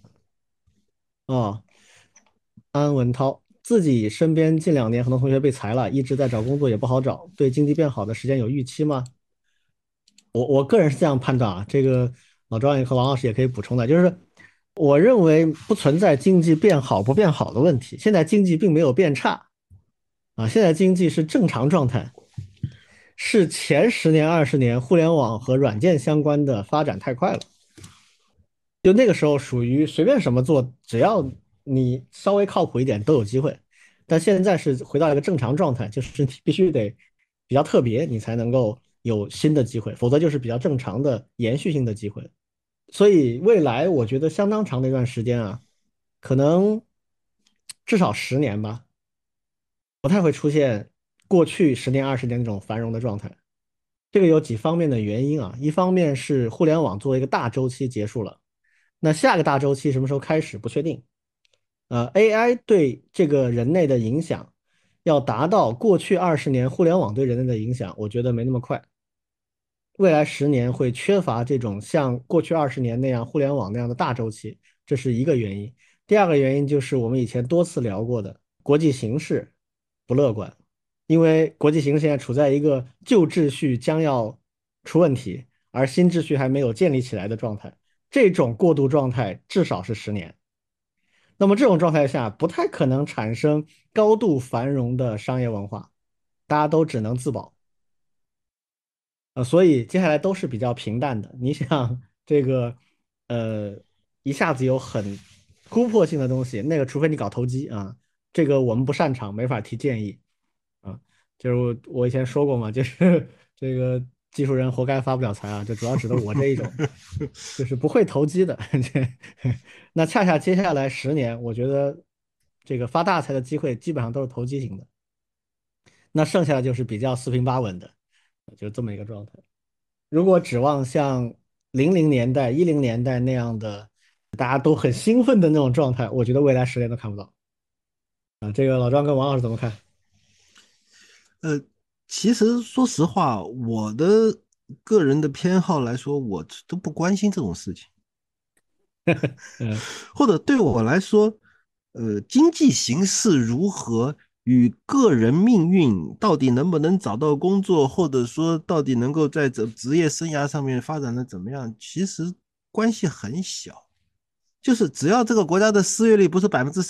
哦，安文涛，自己身边近2年很多同学被裁了，一直在找工作也不好找，对经济变好的时间有预期吗？我个人是这样判断啊，这个老庄也和王老师也可以补充的，就是我认为不存在经济变好不变好的问题，现在经济并没有变差啊，现在经济是正常状态，是前10年20年互联网和软件相关的发展太快了，就那个时候属于随便什么做，只要你稍微靠谱一点都有机会，但现在是回到一个正常状态，就是你必须得比较特别，你才能够有新的机会，否则就是比较正常的延续性的机会。所以未来我觉得相当长的一段时间啊，可能至少10年吧，不太会出现过去10年20年那种繁荣的状态。这个有几方面的原因啊，一方面是互联网作为一个大周期结束了，那下个大周期什么时候开始不确定。AI 对这个人类的影响要达到过去20年互联网对人类的影响，我觉得没那么快。未来10年会缺乏这种像过去20年那样互联网那样的大周期，这是一个原因。第二个原因就是我们以前多次聊过的国际形势不乐观，因为国际形势现在处在一个旧秩序将要出问题， 而新秩序还没有建立起来的状态，这种过渡状态至少是10年。那么这种状态下，不太可能产生高度繁荣的商业文化，大家都只能自保。所以接下来都是比较平淡的。你想这个，呃，一下子有很突破性的东西，那个除非你搞投机啊，这个我们不擅长，没法提建议啊。就是我以前说过嘛，就是这个技术人活该发不了财啊，就主要指的我这一种，就是不会投机的。那恰恰接下来10年，我觉得这个发大财的机会基本上都是投机型的，那剩下的就是比较四平八稳的，就这么一个状态。如果指望像00年代、10年代那样的大家都很兴奋的那种状态，我觉得未来10年都看不到啊。这个老张跟王老师怎么看？ 呃，其实说实话，我的个人的偏好来说，我都不关心这种事情。 嗯或者对我来说，经济形势如何与个人命运到底能不能找到工作，或者说到底能够在这职业生涯上面发展的怎么样，其实关系很小。就是只要这个国家的失业率不是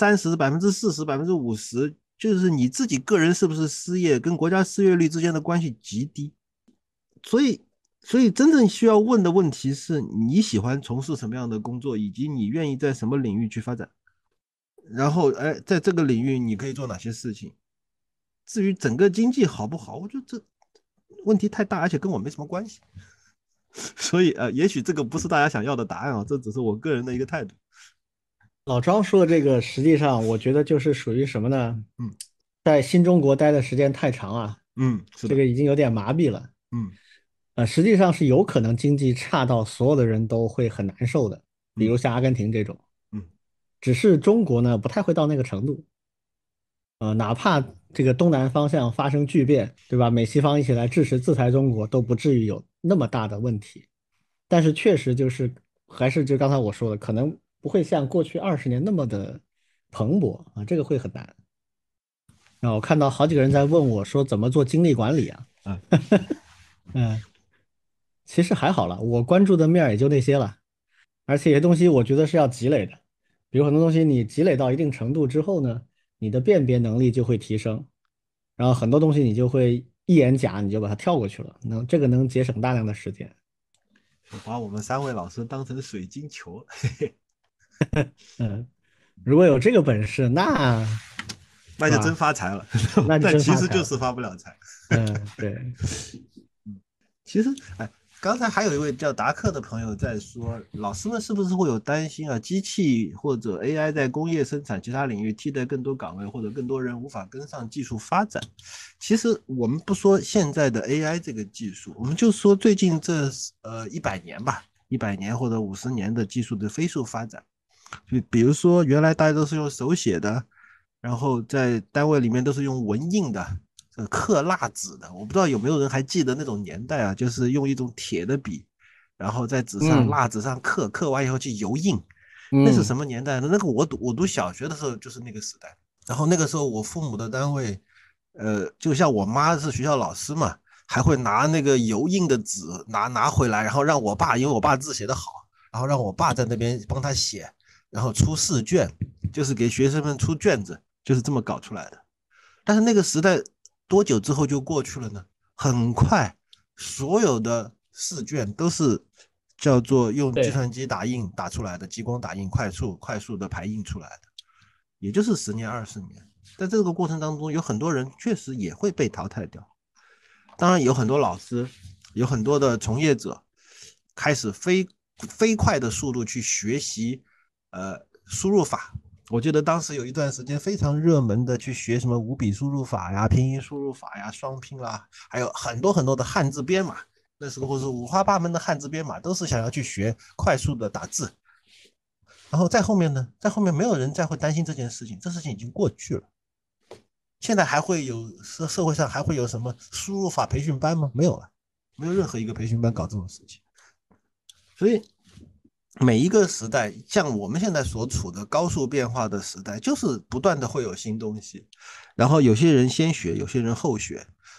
30%、40%、50%，就是你自己个人是不是失业，跟国家失业率之间的关系极低。所以，所以真正需要问的问题是你喜欢从事什么样的工作，以及你愿意在什么领域去发展。然后，哎，在这个领域你可以做哪些事情？至于整个经济好不好，我觉得这问题太大，而且跟我没什么关系。所以，也许这个不是大家想要的答案啊，这只是我个人的一个态度。 老张说的这个，实际上我觉得就是属于什么呢？ 嗯在新中国待的时间太长啊， 是的， 这个已经有点麻痹了。 嗯实际上是有可能经济差到所有的人都会很难受的，比如嗯像阿根廷这种。 嗯只是中国呢不太会到那个程度。哪怕这个东南方向发生巨变，对吧？美西方一起来支持制裁中国，都不至于有那么大的问题。但是确实就是还是就刚才我说的，可能不会像过去20年那么的蓬勃啊，这个会很难。然后我看到好几个人在问我说怎么做精力管理啊？ 啊嗯，其实还好了，我关注的面儿也就那些了，而且有些东西我觉得是要积累的，比如很多东西你积累到一定程度之后呢，你的辨别能力就会提升，然后很多东西你就会一眼假你就把它跳过去了，这个能节省大量的时间。 我把我们3位老师当成水晶球， 嗯，如果有这个本事，那那就真发财了。 那就但真发财了。 其实就是发不了财。 对， 其实，哎，刚才还有一位叫达克的朋友在说，老师们是不是会有担心啊？机器或者 AI 在工业生产其他领域替代更多岗位，或者更多人无法跟上技术发展？其实我们不说现在的 AI 这个技术，我们就说最近这100年吧，100年或者50年的技术的飞速发展。就比如说，原来大家都是用手写的，然后在单位里面都是用文印的，刻蜡纸的。我不知道有没有人还记得那种年代啊，就是用一种铁的笔，然后在嗯蜡纸上刻，刻完以后去油印。那是嗯什么年代呢？那个我读小学的时候就是那个时代。然后那个时候我父母的单位，就像我妈是学校老师嘛，还会拿那个油印的纸拿回来，然后让我爸，因为我爸字写得好，然后让我爸在那边帮他写，然后出试卷，就是给学生们出卷子，就是这么搞出来的。但是那个时代多久之后就过去了呢？很快，所有的试卷都是叫做用计对， 算机打印打出来的，激光打印快速的排印出来的，也就是10年20年。在这个过程当中，有很多人确实也会被淘汰掉。当然，有很多老师，有很多的从业者开始飞快的速度去学习输入法。我记得当时有一段时间非常热门的去学什么五笔输入法呀、拼音输入法呀、双拼啦，还有很多很多的汉字编码。那时候是五花八门的汉字编码，都是想要去学快速的打字。然后在后面呢，在后面没有人再会担心这件事情，这事情已经过去了。现在还会有社会上还会有什么输入法培训班吗？没有了，没有任何一个培训班搞这种事情。所以每一个时代，像我们现在所处的高速变化的时代，就是不断的会有新东西，然后有些人先学，有些人后学。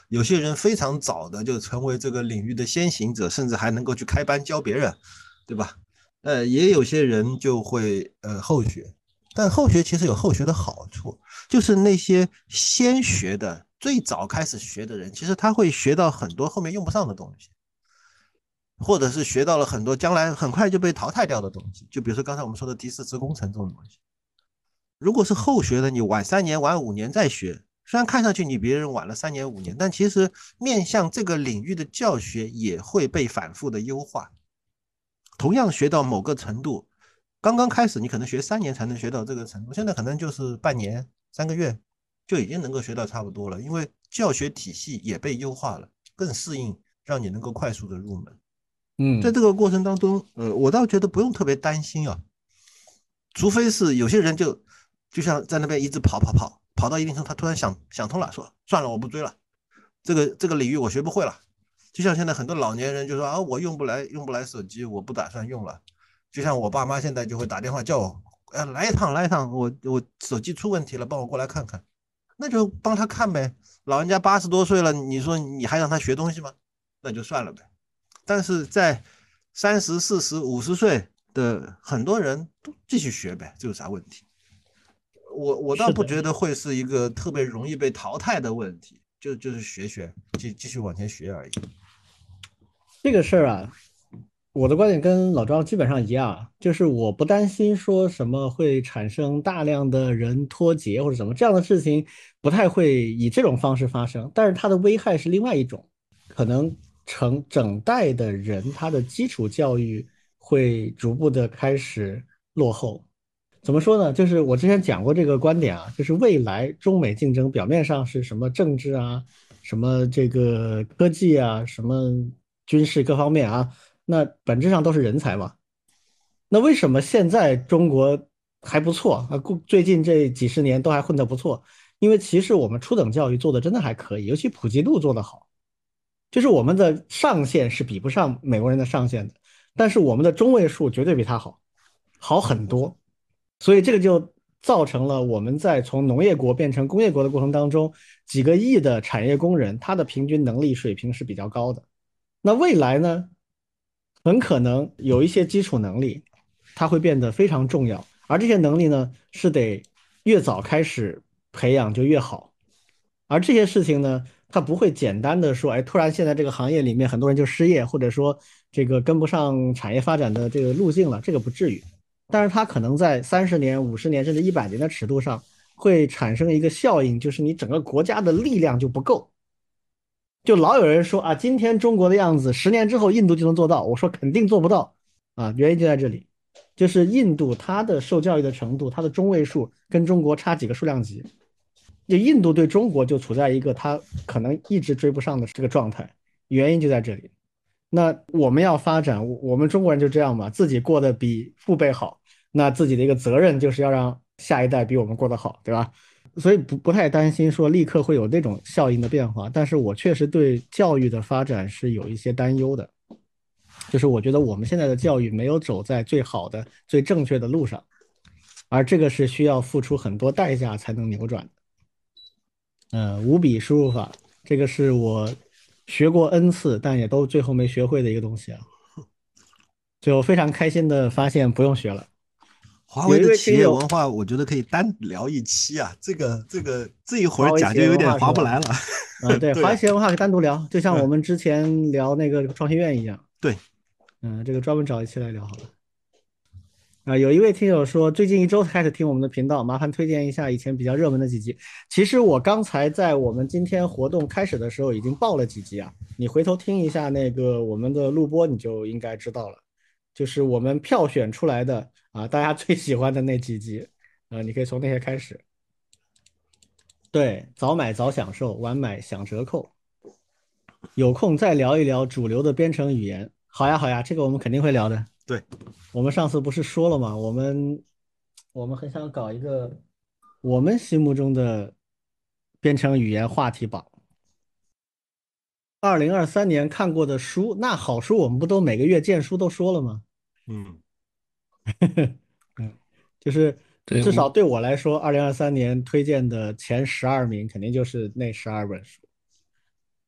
有些人非常早的就成为这个领域的先行者，甚至还能够去开班教别人，对吧？也有些人就会后学，但后学其实有后学的好处，就是那些先学的、最早开始学的人，其实他会学到很多后面用不上的东西，或者是学到了很多将来很快就被淘汰掉的东西。就比如说刚才我们说的第四次工程这种东西，如果是后学的，你晚3年、晚5年再学，虽然看上去你别人晚了3年、5年，但其实面向这个领域的教学也会被反复的优化。同样学到某个程度，刚刚开始你可能学3年才能学到这个程度，现在可能就是半年、3个月就已经能够学到差不多了，因为教学体系也被优化了，更适应，让你能够快速的入门。在这个过程当中，我倒觉得不用特别担心啊，除非是有些人就像在那边一直跑到一定程度，他突然想通了，说算了，我不追了，这个领域我学不会了。就像现在很多老年人就说啊，我用不来手机，我不打算用了。就像我爸妈现在就会打电话叫我，来一趟，我手机出问题了，帮我过来看看，那就帮他看呗。老人家80多岁了，你说你还让他学东西吗？那就算了呗。但是在30、40、50岁的很多人都继续学呗，这有啥问题？我倒不觉得会是一个特别容易被淘汰的问题，就是学，继续往前学而已。 这个事儿啊，我的观点跟老庄基本上一样啊，就是我不担心说什么会产生大量的人脱节或者什么这样的事情，不太会以这种方式发生。但是它的危害是另外一种，可能整代的人他的基础教育会逐步的开始落后。怎么说呢？就是我之前讲过这个观点啊，就是未来中美竞争表面上是什么政治啊，什么这个科技啊，什么军事各方面啊，那本质上都是人才嘛。那为什么现在中国还不错啊？最近这几十年都还混得不错，因为其实我们初等教育做的真的还可以，尤其普及度做得好。就是我们的上限是比不上美国人的上限的，但是我们的中位数绝对比他好，好很多。所以这个就造成了我们在从农业国变成工业国的过程当中，几个亿的产业工人，他的平均能力水平是比较高的。那未来呢，很可能有一些基础能力，它会变得非常重要，而这些能力呢，是得越早开始培养就越好。而这些事情呢，它不会简单的说，哎，突然现在这个行业里面很多人就失业，或者说这个跟不上产业发展的这个路径了，这个不至于。但是它可能在30年、50年甚至100年的尺度上，会产生一个效应，就是你整个国家的力量就不够。就老有人说啊，今天中国的样子，10年之后印度就能做到。我说肯定做不到啊，原因就在这里，就是印度它的受教育的程度，它的中位数跟中国差几个数量级。就印度对中国就处在一个它可能一直追不上的这个状态，原因就在这里。那我们要发展，我们中国人就这样嘛，自己过得比父辈好，那自己的一个责任就是要让下一代比我们过得好，对吧？所以不太担心说立刻会有那种效应的变化，但是我确实对教育的发展是有一些担忧的，就是我觉得我们现在的教育没有走在最好的、最正确的路上，而这个是需要付出很多代价才能扭转的。五笔输入法，这个是我学过 N 次，但也都最后没学会的一个东西啊。就非常开心的发现不用学了。有一华为的企位听友， 业文化，我觉得可以单聊一期啊，这一会华儿讲就有为企业文点划不化是吧？ 来了。 对， 对啊， 华为企业文化可以单独聊，就像我嗯， 们之前聊那个创新院一样。 对， 这个专门找一期来聊好了。有一位听友说，最近1周才开始听我们的频道，麻烦推荐一下以前比较热门的几集。其实我刚才在我们今天活动开始的时候已经报了几集啊，你回头听一下那个我们的录播，你就应该知道了。就是我们票选出来的啊，大家最喜欢的那几集，你可以从那些开始。对，早买早享受，晚买享折扣。有空再聊一聊主流的编程语言。好呀，好呀，这个我们肯定会聊的。 对， 我们上次不是说了吗？我们很想搞一个我们心目中的编程语言话题榜。2023年看过的书，那好书我们不都每个月荐书都说了吗？ 嗯， 嗯，就是对我至少对我来说，2023年推荐的前12名肯定就是那12本书。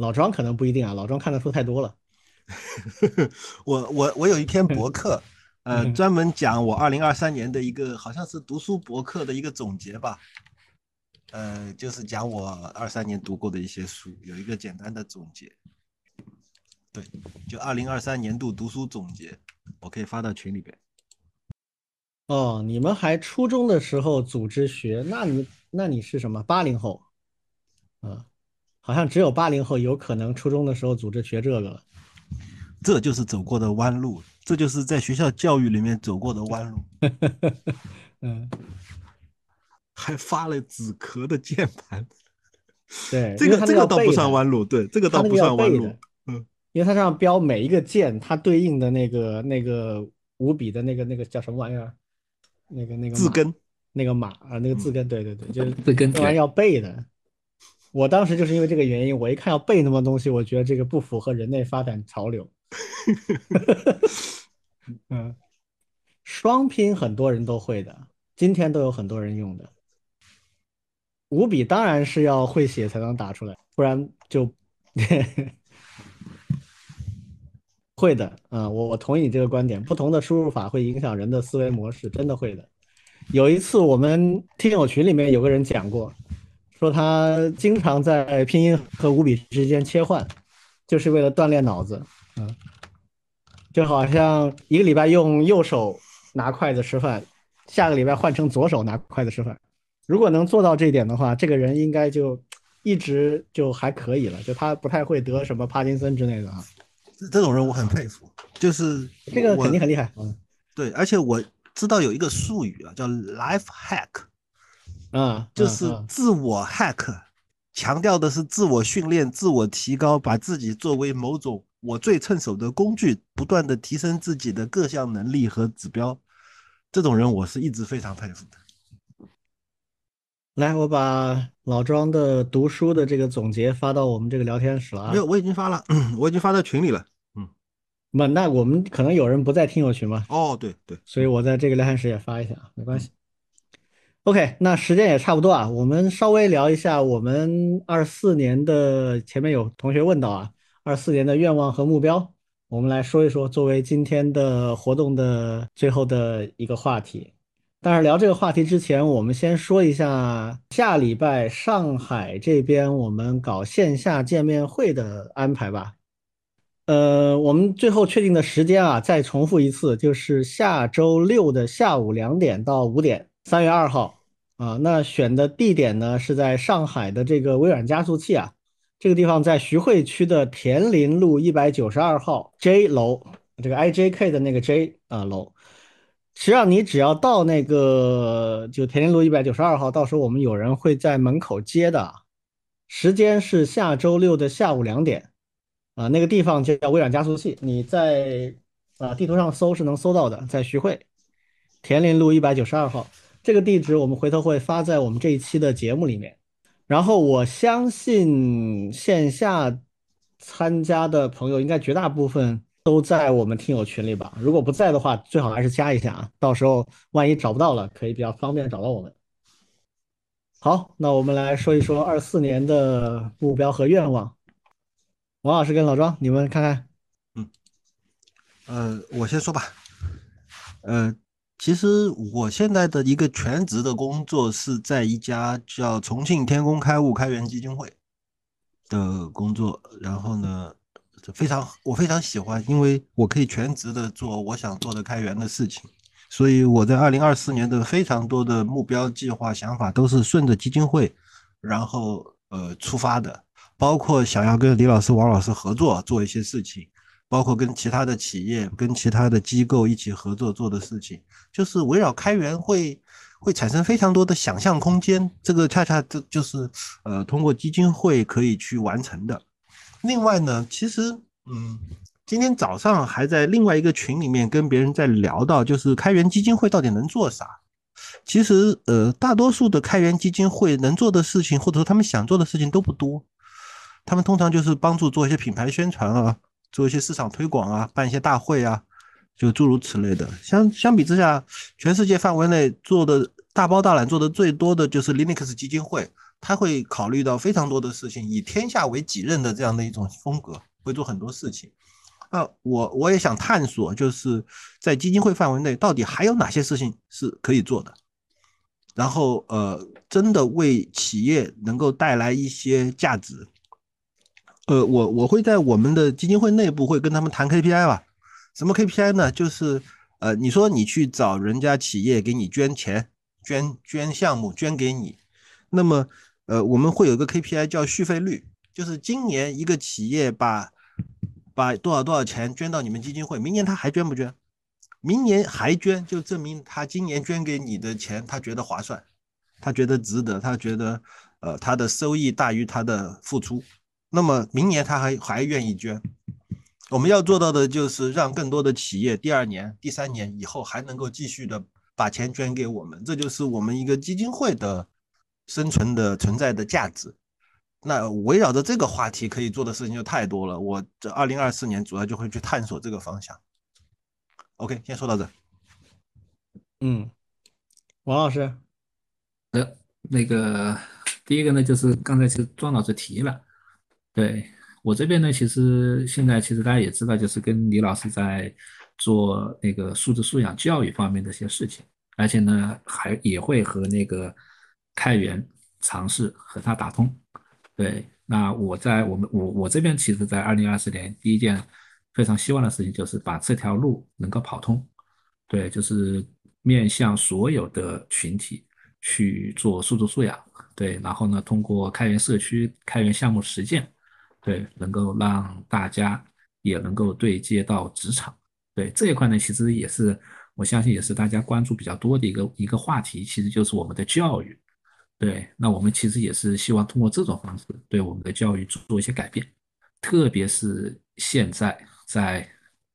老庄可能不一定啊，老庄看的书太多了。 我有一篇博客，专门讲我2023年的一个好像是读书博客的一个总结吧，就是讲我23年读过的一些书，有一个简单的总结。对，就2023年度读书总结，我可以发到群里边。 哦，你们还初中的时候组织学，那你是什么80后？啊，好像只有80后有可能初中的时候组织学这个了。 这就是走过的弯路，这就是在学校教育里面走过的弯路。 嗯， 还发了纸壳的键盘， 对， 这因为他那个要个这个倒不背的， 算弯路，对，这个倒不他那个要算弯路。 背的，因为他上标每一个键它对应的那个五笔的那个叫什么玩意儿？那个码， 字根， 那个码啊，那个字根，对对对，就是这跟对这玩意儿要背的。我当时就是因为这个原因，我一看要背那么东西，我觉得这个不符合人类发展潮流。嗯，双拼很多人都会的，今天都有很多人用的。五笔当然是要会写才能打出来，不然就会的。我同意你这个观点，不同的输入法会影响人的思维模式，真的会的。有一次我们听友群里面有个人讲过，说他经常在拼音和五笔之间切换，就是为了锻炼脑子。嗯，就好像一个礼拜用右手拿筷子吃饭，下个礼拜换成左手拿筷子吃饭。如果能做到这一点的话，这个人应该就一直就还可以了，就他不太会得什么帕金森之类的啊。 这种人我很佩服，就是这个肯我定很厉害。 对，而且我知道有一个术语啊，叫 life hack，就是嗯， 自我 hack，强调的是自我训练、自我提高，把自己作为某种我最趁手的工具，不断的提升自己的各项能力和指标。这种人我是一直非常佩服的。 来，我把老庄的读书的这个总结发到我们这个聊天室了没有， 啊。 我已经发了，我已经发到群里了。 那我们可能有人不在听友群嘛， 哦，对对， 所以我在这个聊天室也发一下啊，没关系。OK，那时间也差不多啊，我们稍微聊一下我们24年的，前面有同学问到啊，24年的愿望和目标，我们来说一说，作为今天的活动的最后的一个话题。但是聊这个话题之前，我们先说一下下礼拜上海这边我们搞线下见面会的安排吧。我们最后确定的时间啊，再重复一次，就是下周六的下午2点到5点，3月2号啊。那选的地点呢是在上海的这个微软加速器啊，这个地方在徐汇区的田林路192号 J 楼，这个 IJK 的那个 J 楼。实际上你只要到那个就田林路192号，到时候我们有人会在门口接的啊，时间是下周六的下午2点。那个地方叫微软加速器，你在地图上搜是能搜到的，在徐汇田林路192号这个地址，我们回头会发在我们这一期的节目里面。然后我相信线下参加的朋友，应该绝大部分都在我们听友群里吧？如果不在的话，最好还是加一下啊，到时候万一找不到了，可以比较方便找到我们。好，那我们来说一说24年的目标和愿望。王老师跟老庄，你们看看。 我先说吧。呃，其实我现在的一个全职的工作是在一家叫重庆天工开物开源基金会的工作，然后呢，我非常喜欢，因为我可以全职的做我想做的开源的事情，所以我在2024年的非常多的目标计划想法都是顺着基金会，然后出发的，包括想要跟李老师、王老师合作做一些事情。包括跟其他的企业、跟其他的机构一起合作做的事情，就是围绕开源会产生非常多的想象空间。这个恰恰就是通过基金会可以去完成的。另外呢，其实今天早上还在另外一个群里面跟别人在聊到，就是开源基金会到底能做啥？其实大多数的开源基金会能做的事情，或者说他们想做的事情都不多。他们通常就是帮助做一些品牌宣传啊，做一些市场推广啊，办一些大会啊，就诸如此类的。相比之下，全世界范围内做的大包大揽做的最多的就是 Linux 基金会， 他会考虑到非常多的事情，以天下为己任的这样的一种风格，会做很多事情。我也想探索，就是在基金会范围内到底还有哪些事情是可以做的，然后真的为企业能够带来一些价值。我会在我们的基金会内部会跟他们谈 KPI 吧。什么 KPI 呢？就是你说你去找人家企业给你捐钱、捐项目、捐给你，那么我们会有一个 KPI 叫续费率，就是今年一个企业把多少钱捐到你们基金会，明年他还捐不捐？明年还捐，就证明他今年捐给你的钱，他觉得划算，他觉得值得，他觉得他的收益大于他的付出，那么明年他还愿意捐。我们要做到的就是让更多的企业第二年、第三年以后还能够继续的把钱捐给我们，这就是我们一个基金会的生存的存在的价值。那围绕着这个话题可以做的事情就太多了，我这2024年主要就会去探索这个方向。OK， 先说到这。 王老师。 那个第一个呢，就是刚才其实庄老师提了，对，我这边呢，其实现在其实大家也知道，就是跟李老师在做那个素质素养教育方面的一些事情，而且呢，也会和那个开源尝试和他打通。对，那我这边其实，在2024年第一件非常希望的事情就是把这条路能够跑通。对，就是面向所有的群体去做素质素养。对，然后呢，通过开源社区、开源项目实践，对，能够让大家也能够对接到职场。对，这一块呢，其实也是我相信也是大家关注比较多的一个话题，其实就是我们的教育。对，那我们其实也是希望通过这种方式对我们的教育做一些改变，特别是现在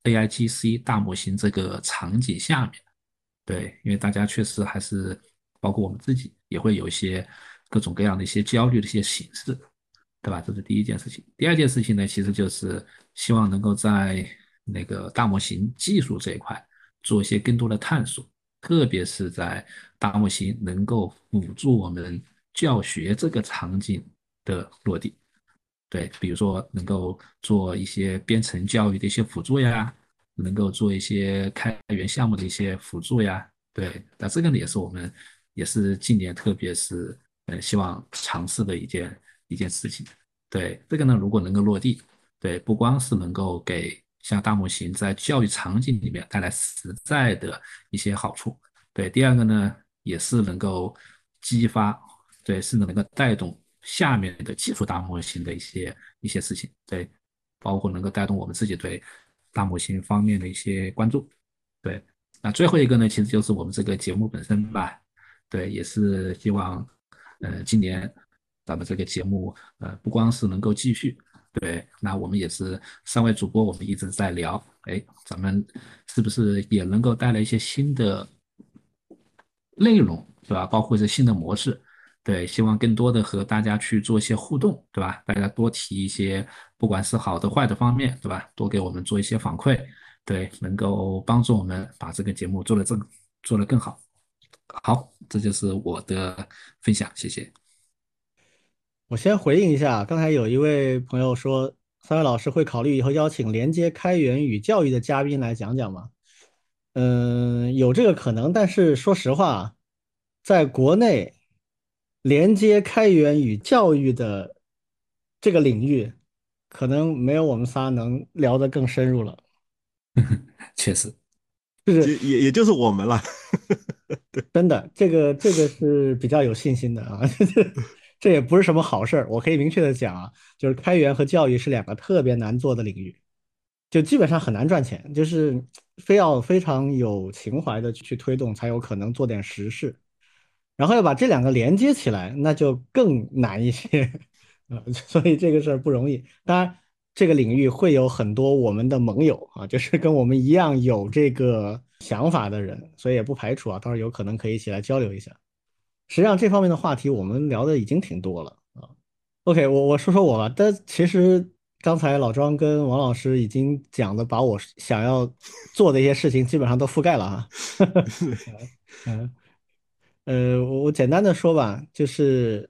AIGC 大模型这个场景下面。对，因为大家确实还是包括我们自己也会有一些各种各样的一些焦虑的一些形式，对吧？这是第一件事情。第二件事情呢，其实就是希望能够在那个大模型技术这一块做一些更多的探索，特别是在大模型能够辅助我们教学这个场景的落地。对，比如说能够做一些编程教育的一些辅助呀，能够做一些开源项目的一些辅助呀。对，那这个呢也是近年特别是希望尝试的一件事情。对，这个呢如果能够落地，对，不光是能够给像大模型在教育场景里面带来实在的一些好处，对，第二个呢也是能够激发，对，是能够带动下面的技术大模型的一些事情，对，包括能够带动我们自己对大模型方面的一些关注，对。那最后一个呢，其实就是我们这个节目本身吧，对，也是希望，今年咱们这个节目，不光是能够继续，对，那我们也是3位主播，我们一直在聊，哎，咱们是不是也能够带来一些新的内容，对吧？包括一些新的模式，对，希望更多的和大家去做一些互动，对吧？大家多提一些，不管是好的坏的方面，对吧？多给我们做一些反馈，对，能够帮助我们把这个节目做得更好。好，这就是我的分享，谢谢。 我先回应一下，刚才有一位朋友说，3位老师会考虑以后邀请连接开源与教育的嘉宾来讲讲吗？有这个可能，但是说实话，在国内连接开源与教育的这个领域，可能没有我们仨能聊得更深入了。 确实。 也就是我们了。 真的，这个是比较有信心的啊，这也不是什么好事儿。我可以明确的讲啊，就是开源和教育是两个特别难做的领域，就基本上很难赚钱，就是非要非常有情怀的去推动，才有可能做点实事。然后要把这两个连接起来，那就更难一些。所以这个事儿不容易。当然，这个领域会有很多我们的盟友啊，就是跟我们一样有这个想法的人，所以也不排除啊，到时候有可能可以一起来交流一下。实际上这方面的话题我们聊的已经挺多了啊。OK，我说说我吧，但其实刚才老庄跟王老师已经讲的，把我想要做的一些事情基本上都覆盖了哈。嗯，我简单的说吧，就是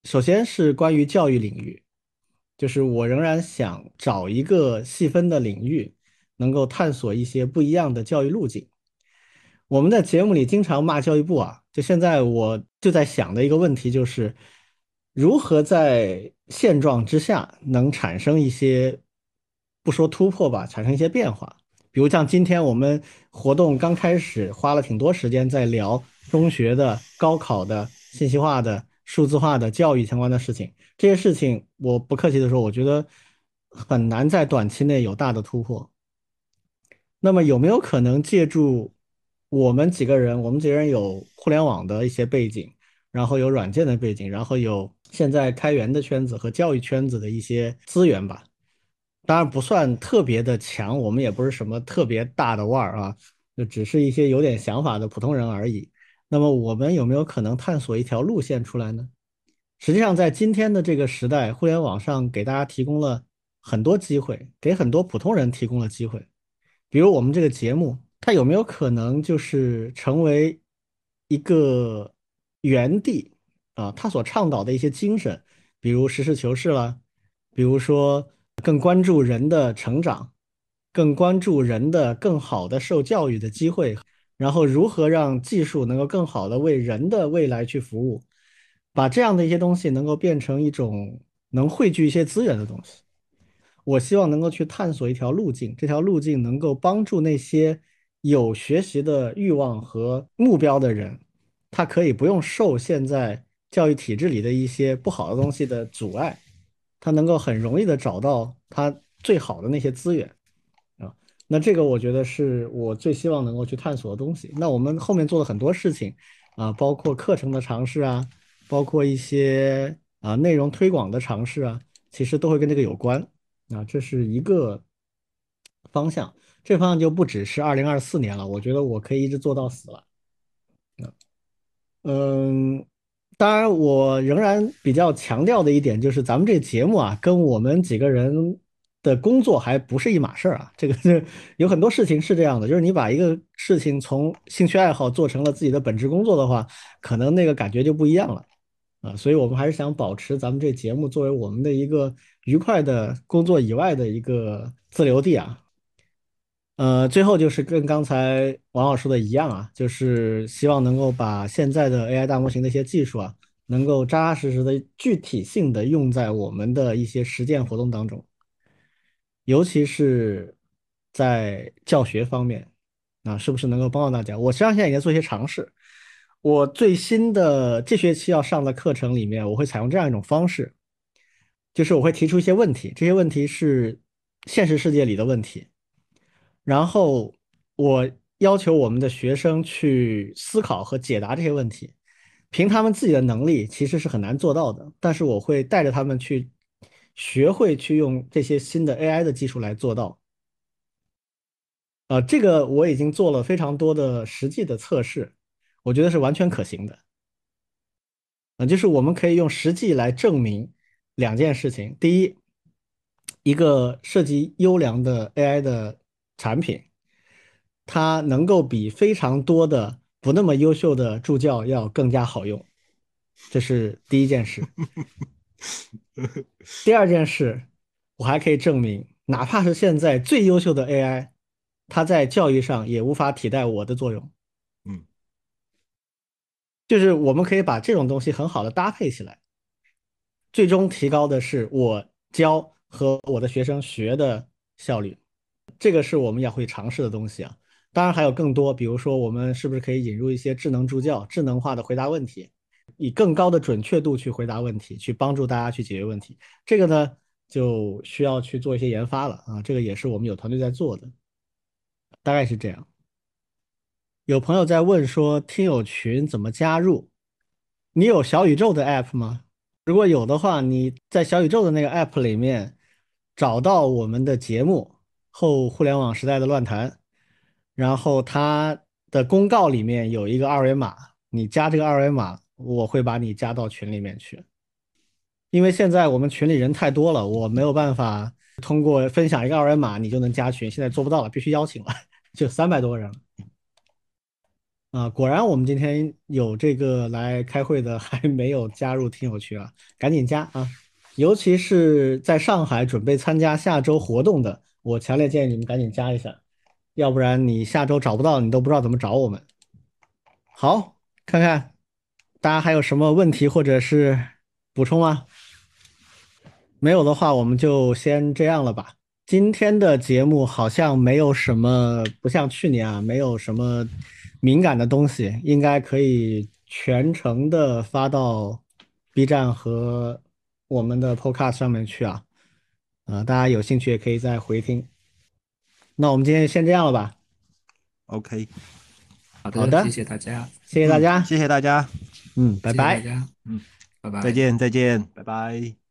首先是关于教育领域，就是我仍然想找一个细分的领域，能够探索一些不一样的教育路径。我们在节目里经常骂教育部啊，就现在我就在想的一个问题就是，如何在现状之下能产生一些，不说突破吧，产生一些变化。比如像今天我们活动刚开始，花了挺多时间在聊中学的、高考的、信息化的、数字化的教育相关的事情。这些事情，我不客气的说，我觉得很难在短期内有大的突破。那么有没有可能借助我们几个人有互联网的一些背景，然后有软件的背景，然后有现在开源的圈子和教育圈子的一些资源吧？当然不算特别的强，我们也不是什么特别大的腕儿啊，就只是一些有点想法的普通人而已。那么我们有没有可能探索一条路线出来呢？实际上，在今天的这个时代，互联网上给大家提供了很多机会，给很多普通人提供了机会。比如我们这个节目，它有没有可能就是成为一个原地啊？它所倡导的一些精神，比如实事求是啦，比如说更关注人的成长，更关注人的更好的受教育的机会，然后如何让技术能够更好的为人的未来去服务，把这样的一些东西能够变成一种能汇聚一些资源的东西。我希望能够去探索一条路径，这条路径能够帮助那些有学习的欲望和目标的人，他可以不用受现在教育体制里的一些不好的东西的阻碍，他能够很容易的找到他最好的那些资源啊。那这个我觉得是我最希望能够去探索的东西。那我们后面做了很多事情啊，包括课程的尝试啊，包括一些内容推广的尝试啊，其实都会跟这个有关。啊，这是一个方向，这方向就不只是2024年了，我觉得我可以一直做到死了。嗯，当然，我仍然比较强调的一点就是，咱们这个节目啊，跟我们几个人的工作还不是一码事儿啊。这个是有很多事情是这样的，就是你把一个事情从兴趣爱好做成了自己的本职工作的话，可能那个感觉就不一样了。啊，所以我们还是想保持咱们这节目作为我们的一个愉快的工作以外的一个自留地啊。最后就是跟刚才王老师的一样啊，就是希望能够把现在的 AI 大模型的一些技术啊，能够扎扎实实的具体性的用在我们的一些实践活动当中，尤其是在教学方面啊，是不是能够帮到大家？我实际上现在也在做一些尝试。我最新的这学期要上的课程里面，我会采用这样一种方式，就是我会提出一些问题，这些问题是现实世界里的问题，然后我要求我们的学生去思考和解答这些问题，凭他们自己的能力其实是很难做到的，但是我会带着他们去学会去用这些新的 AI 的技术来做到。这个我已经做了非常多的实际的测试，我觉得是完全可行的。就是我们可以用实际来证明两件事情。第一，一个设计优良的 AI 的产品，它能够比非常多的不那么优秀的助教要更加好用，这是第一件事。第二件事，我还可以证明，哪怕是现在最优秀的 AI，它在教育上也无法替代我的作用。 嗯， 就是我们可以把这种东西很好的搭配起来，最终提高的是我教和我的学生学的效率。这个是我们要会尝试的东西啊。当然还有更多，比如说我们是不是可以引入一些智能助教，智能化的回答问题，以更高的准确度去回答问题，去帮助大家去解决问题。这个呢，就需要去做一些研发了啊。这个也是我们有团队在做的，大概是这样。有朋友在问说，听友群怎么加入？你有小宇宙的 app 吗？如果有的话，你在小宇宙的那个 app 里面找到我们的节目后互联网时代的乱谈，然后它的公告里面有一个二维码，你加这个二维码，我会把你加到群里面去。因为现在我们群里人太多了，我没有办法通过分享一个二维码你就能加群，现在做不到了，必须邀请了，就300多个人了。 啊，果然我们今天有这个来开会的还没有加入听友群啊，赶紧加啊！尤其是在上海准备参加下周活动的，我强烈建议你们赶紧加一下，要不然你下周找不到，你都不知道怎么找我们。好，看看大家还有什么问题或者是补充啊？没有的话，我们就先这样了吧。今天的节目好像没有什么，不像去年啊，没有什么敏感的东西，应该可以全程的发到 B 站和我们的 Podcast 上面去啊。大家有兴趣也可以再回听。那我们今天先这样了吧？ OK， 好的，谢好的， 谢大家， 谢谢大家， 谢谢大家， 拜谢谢大拜。 家，拜拜。 再见，再见，拜拜。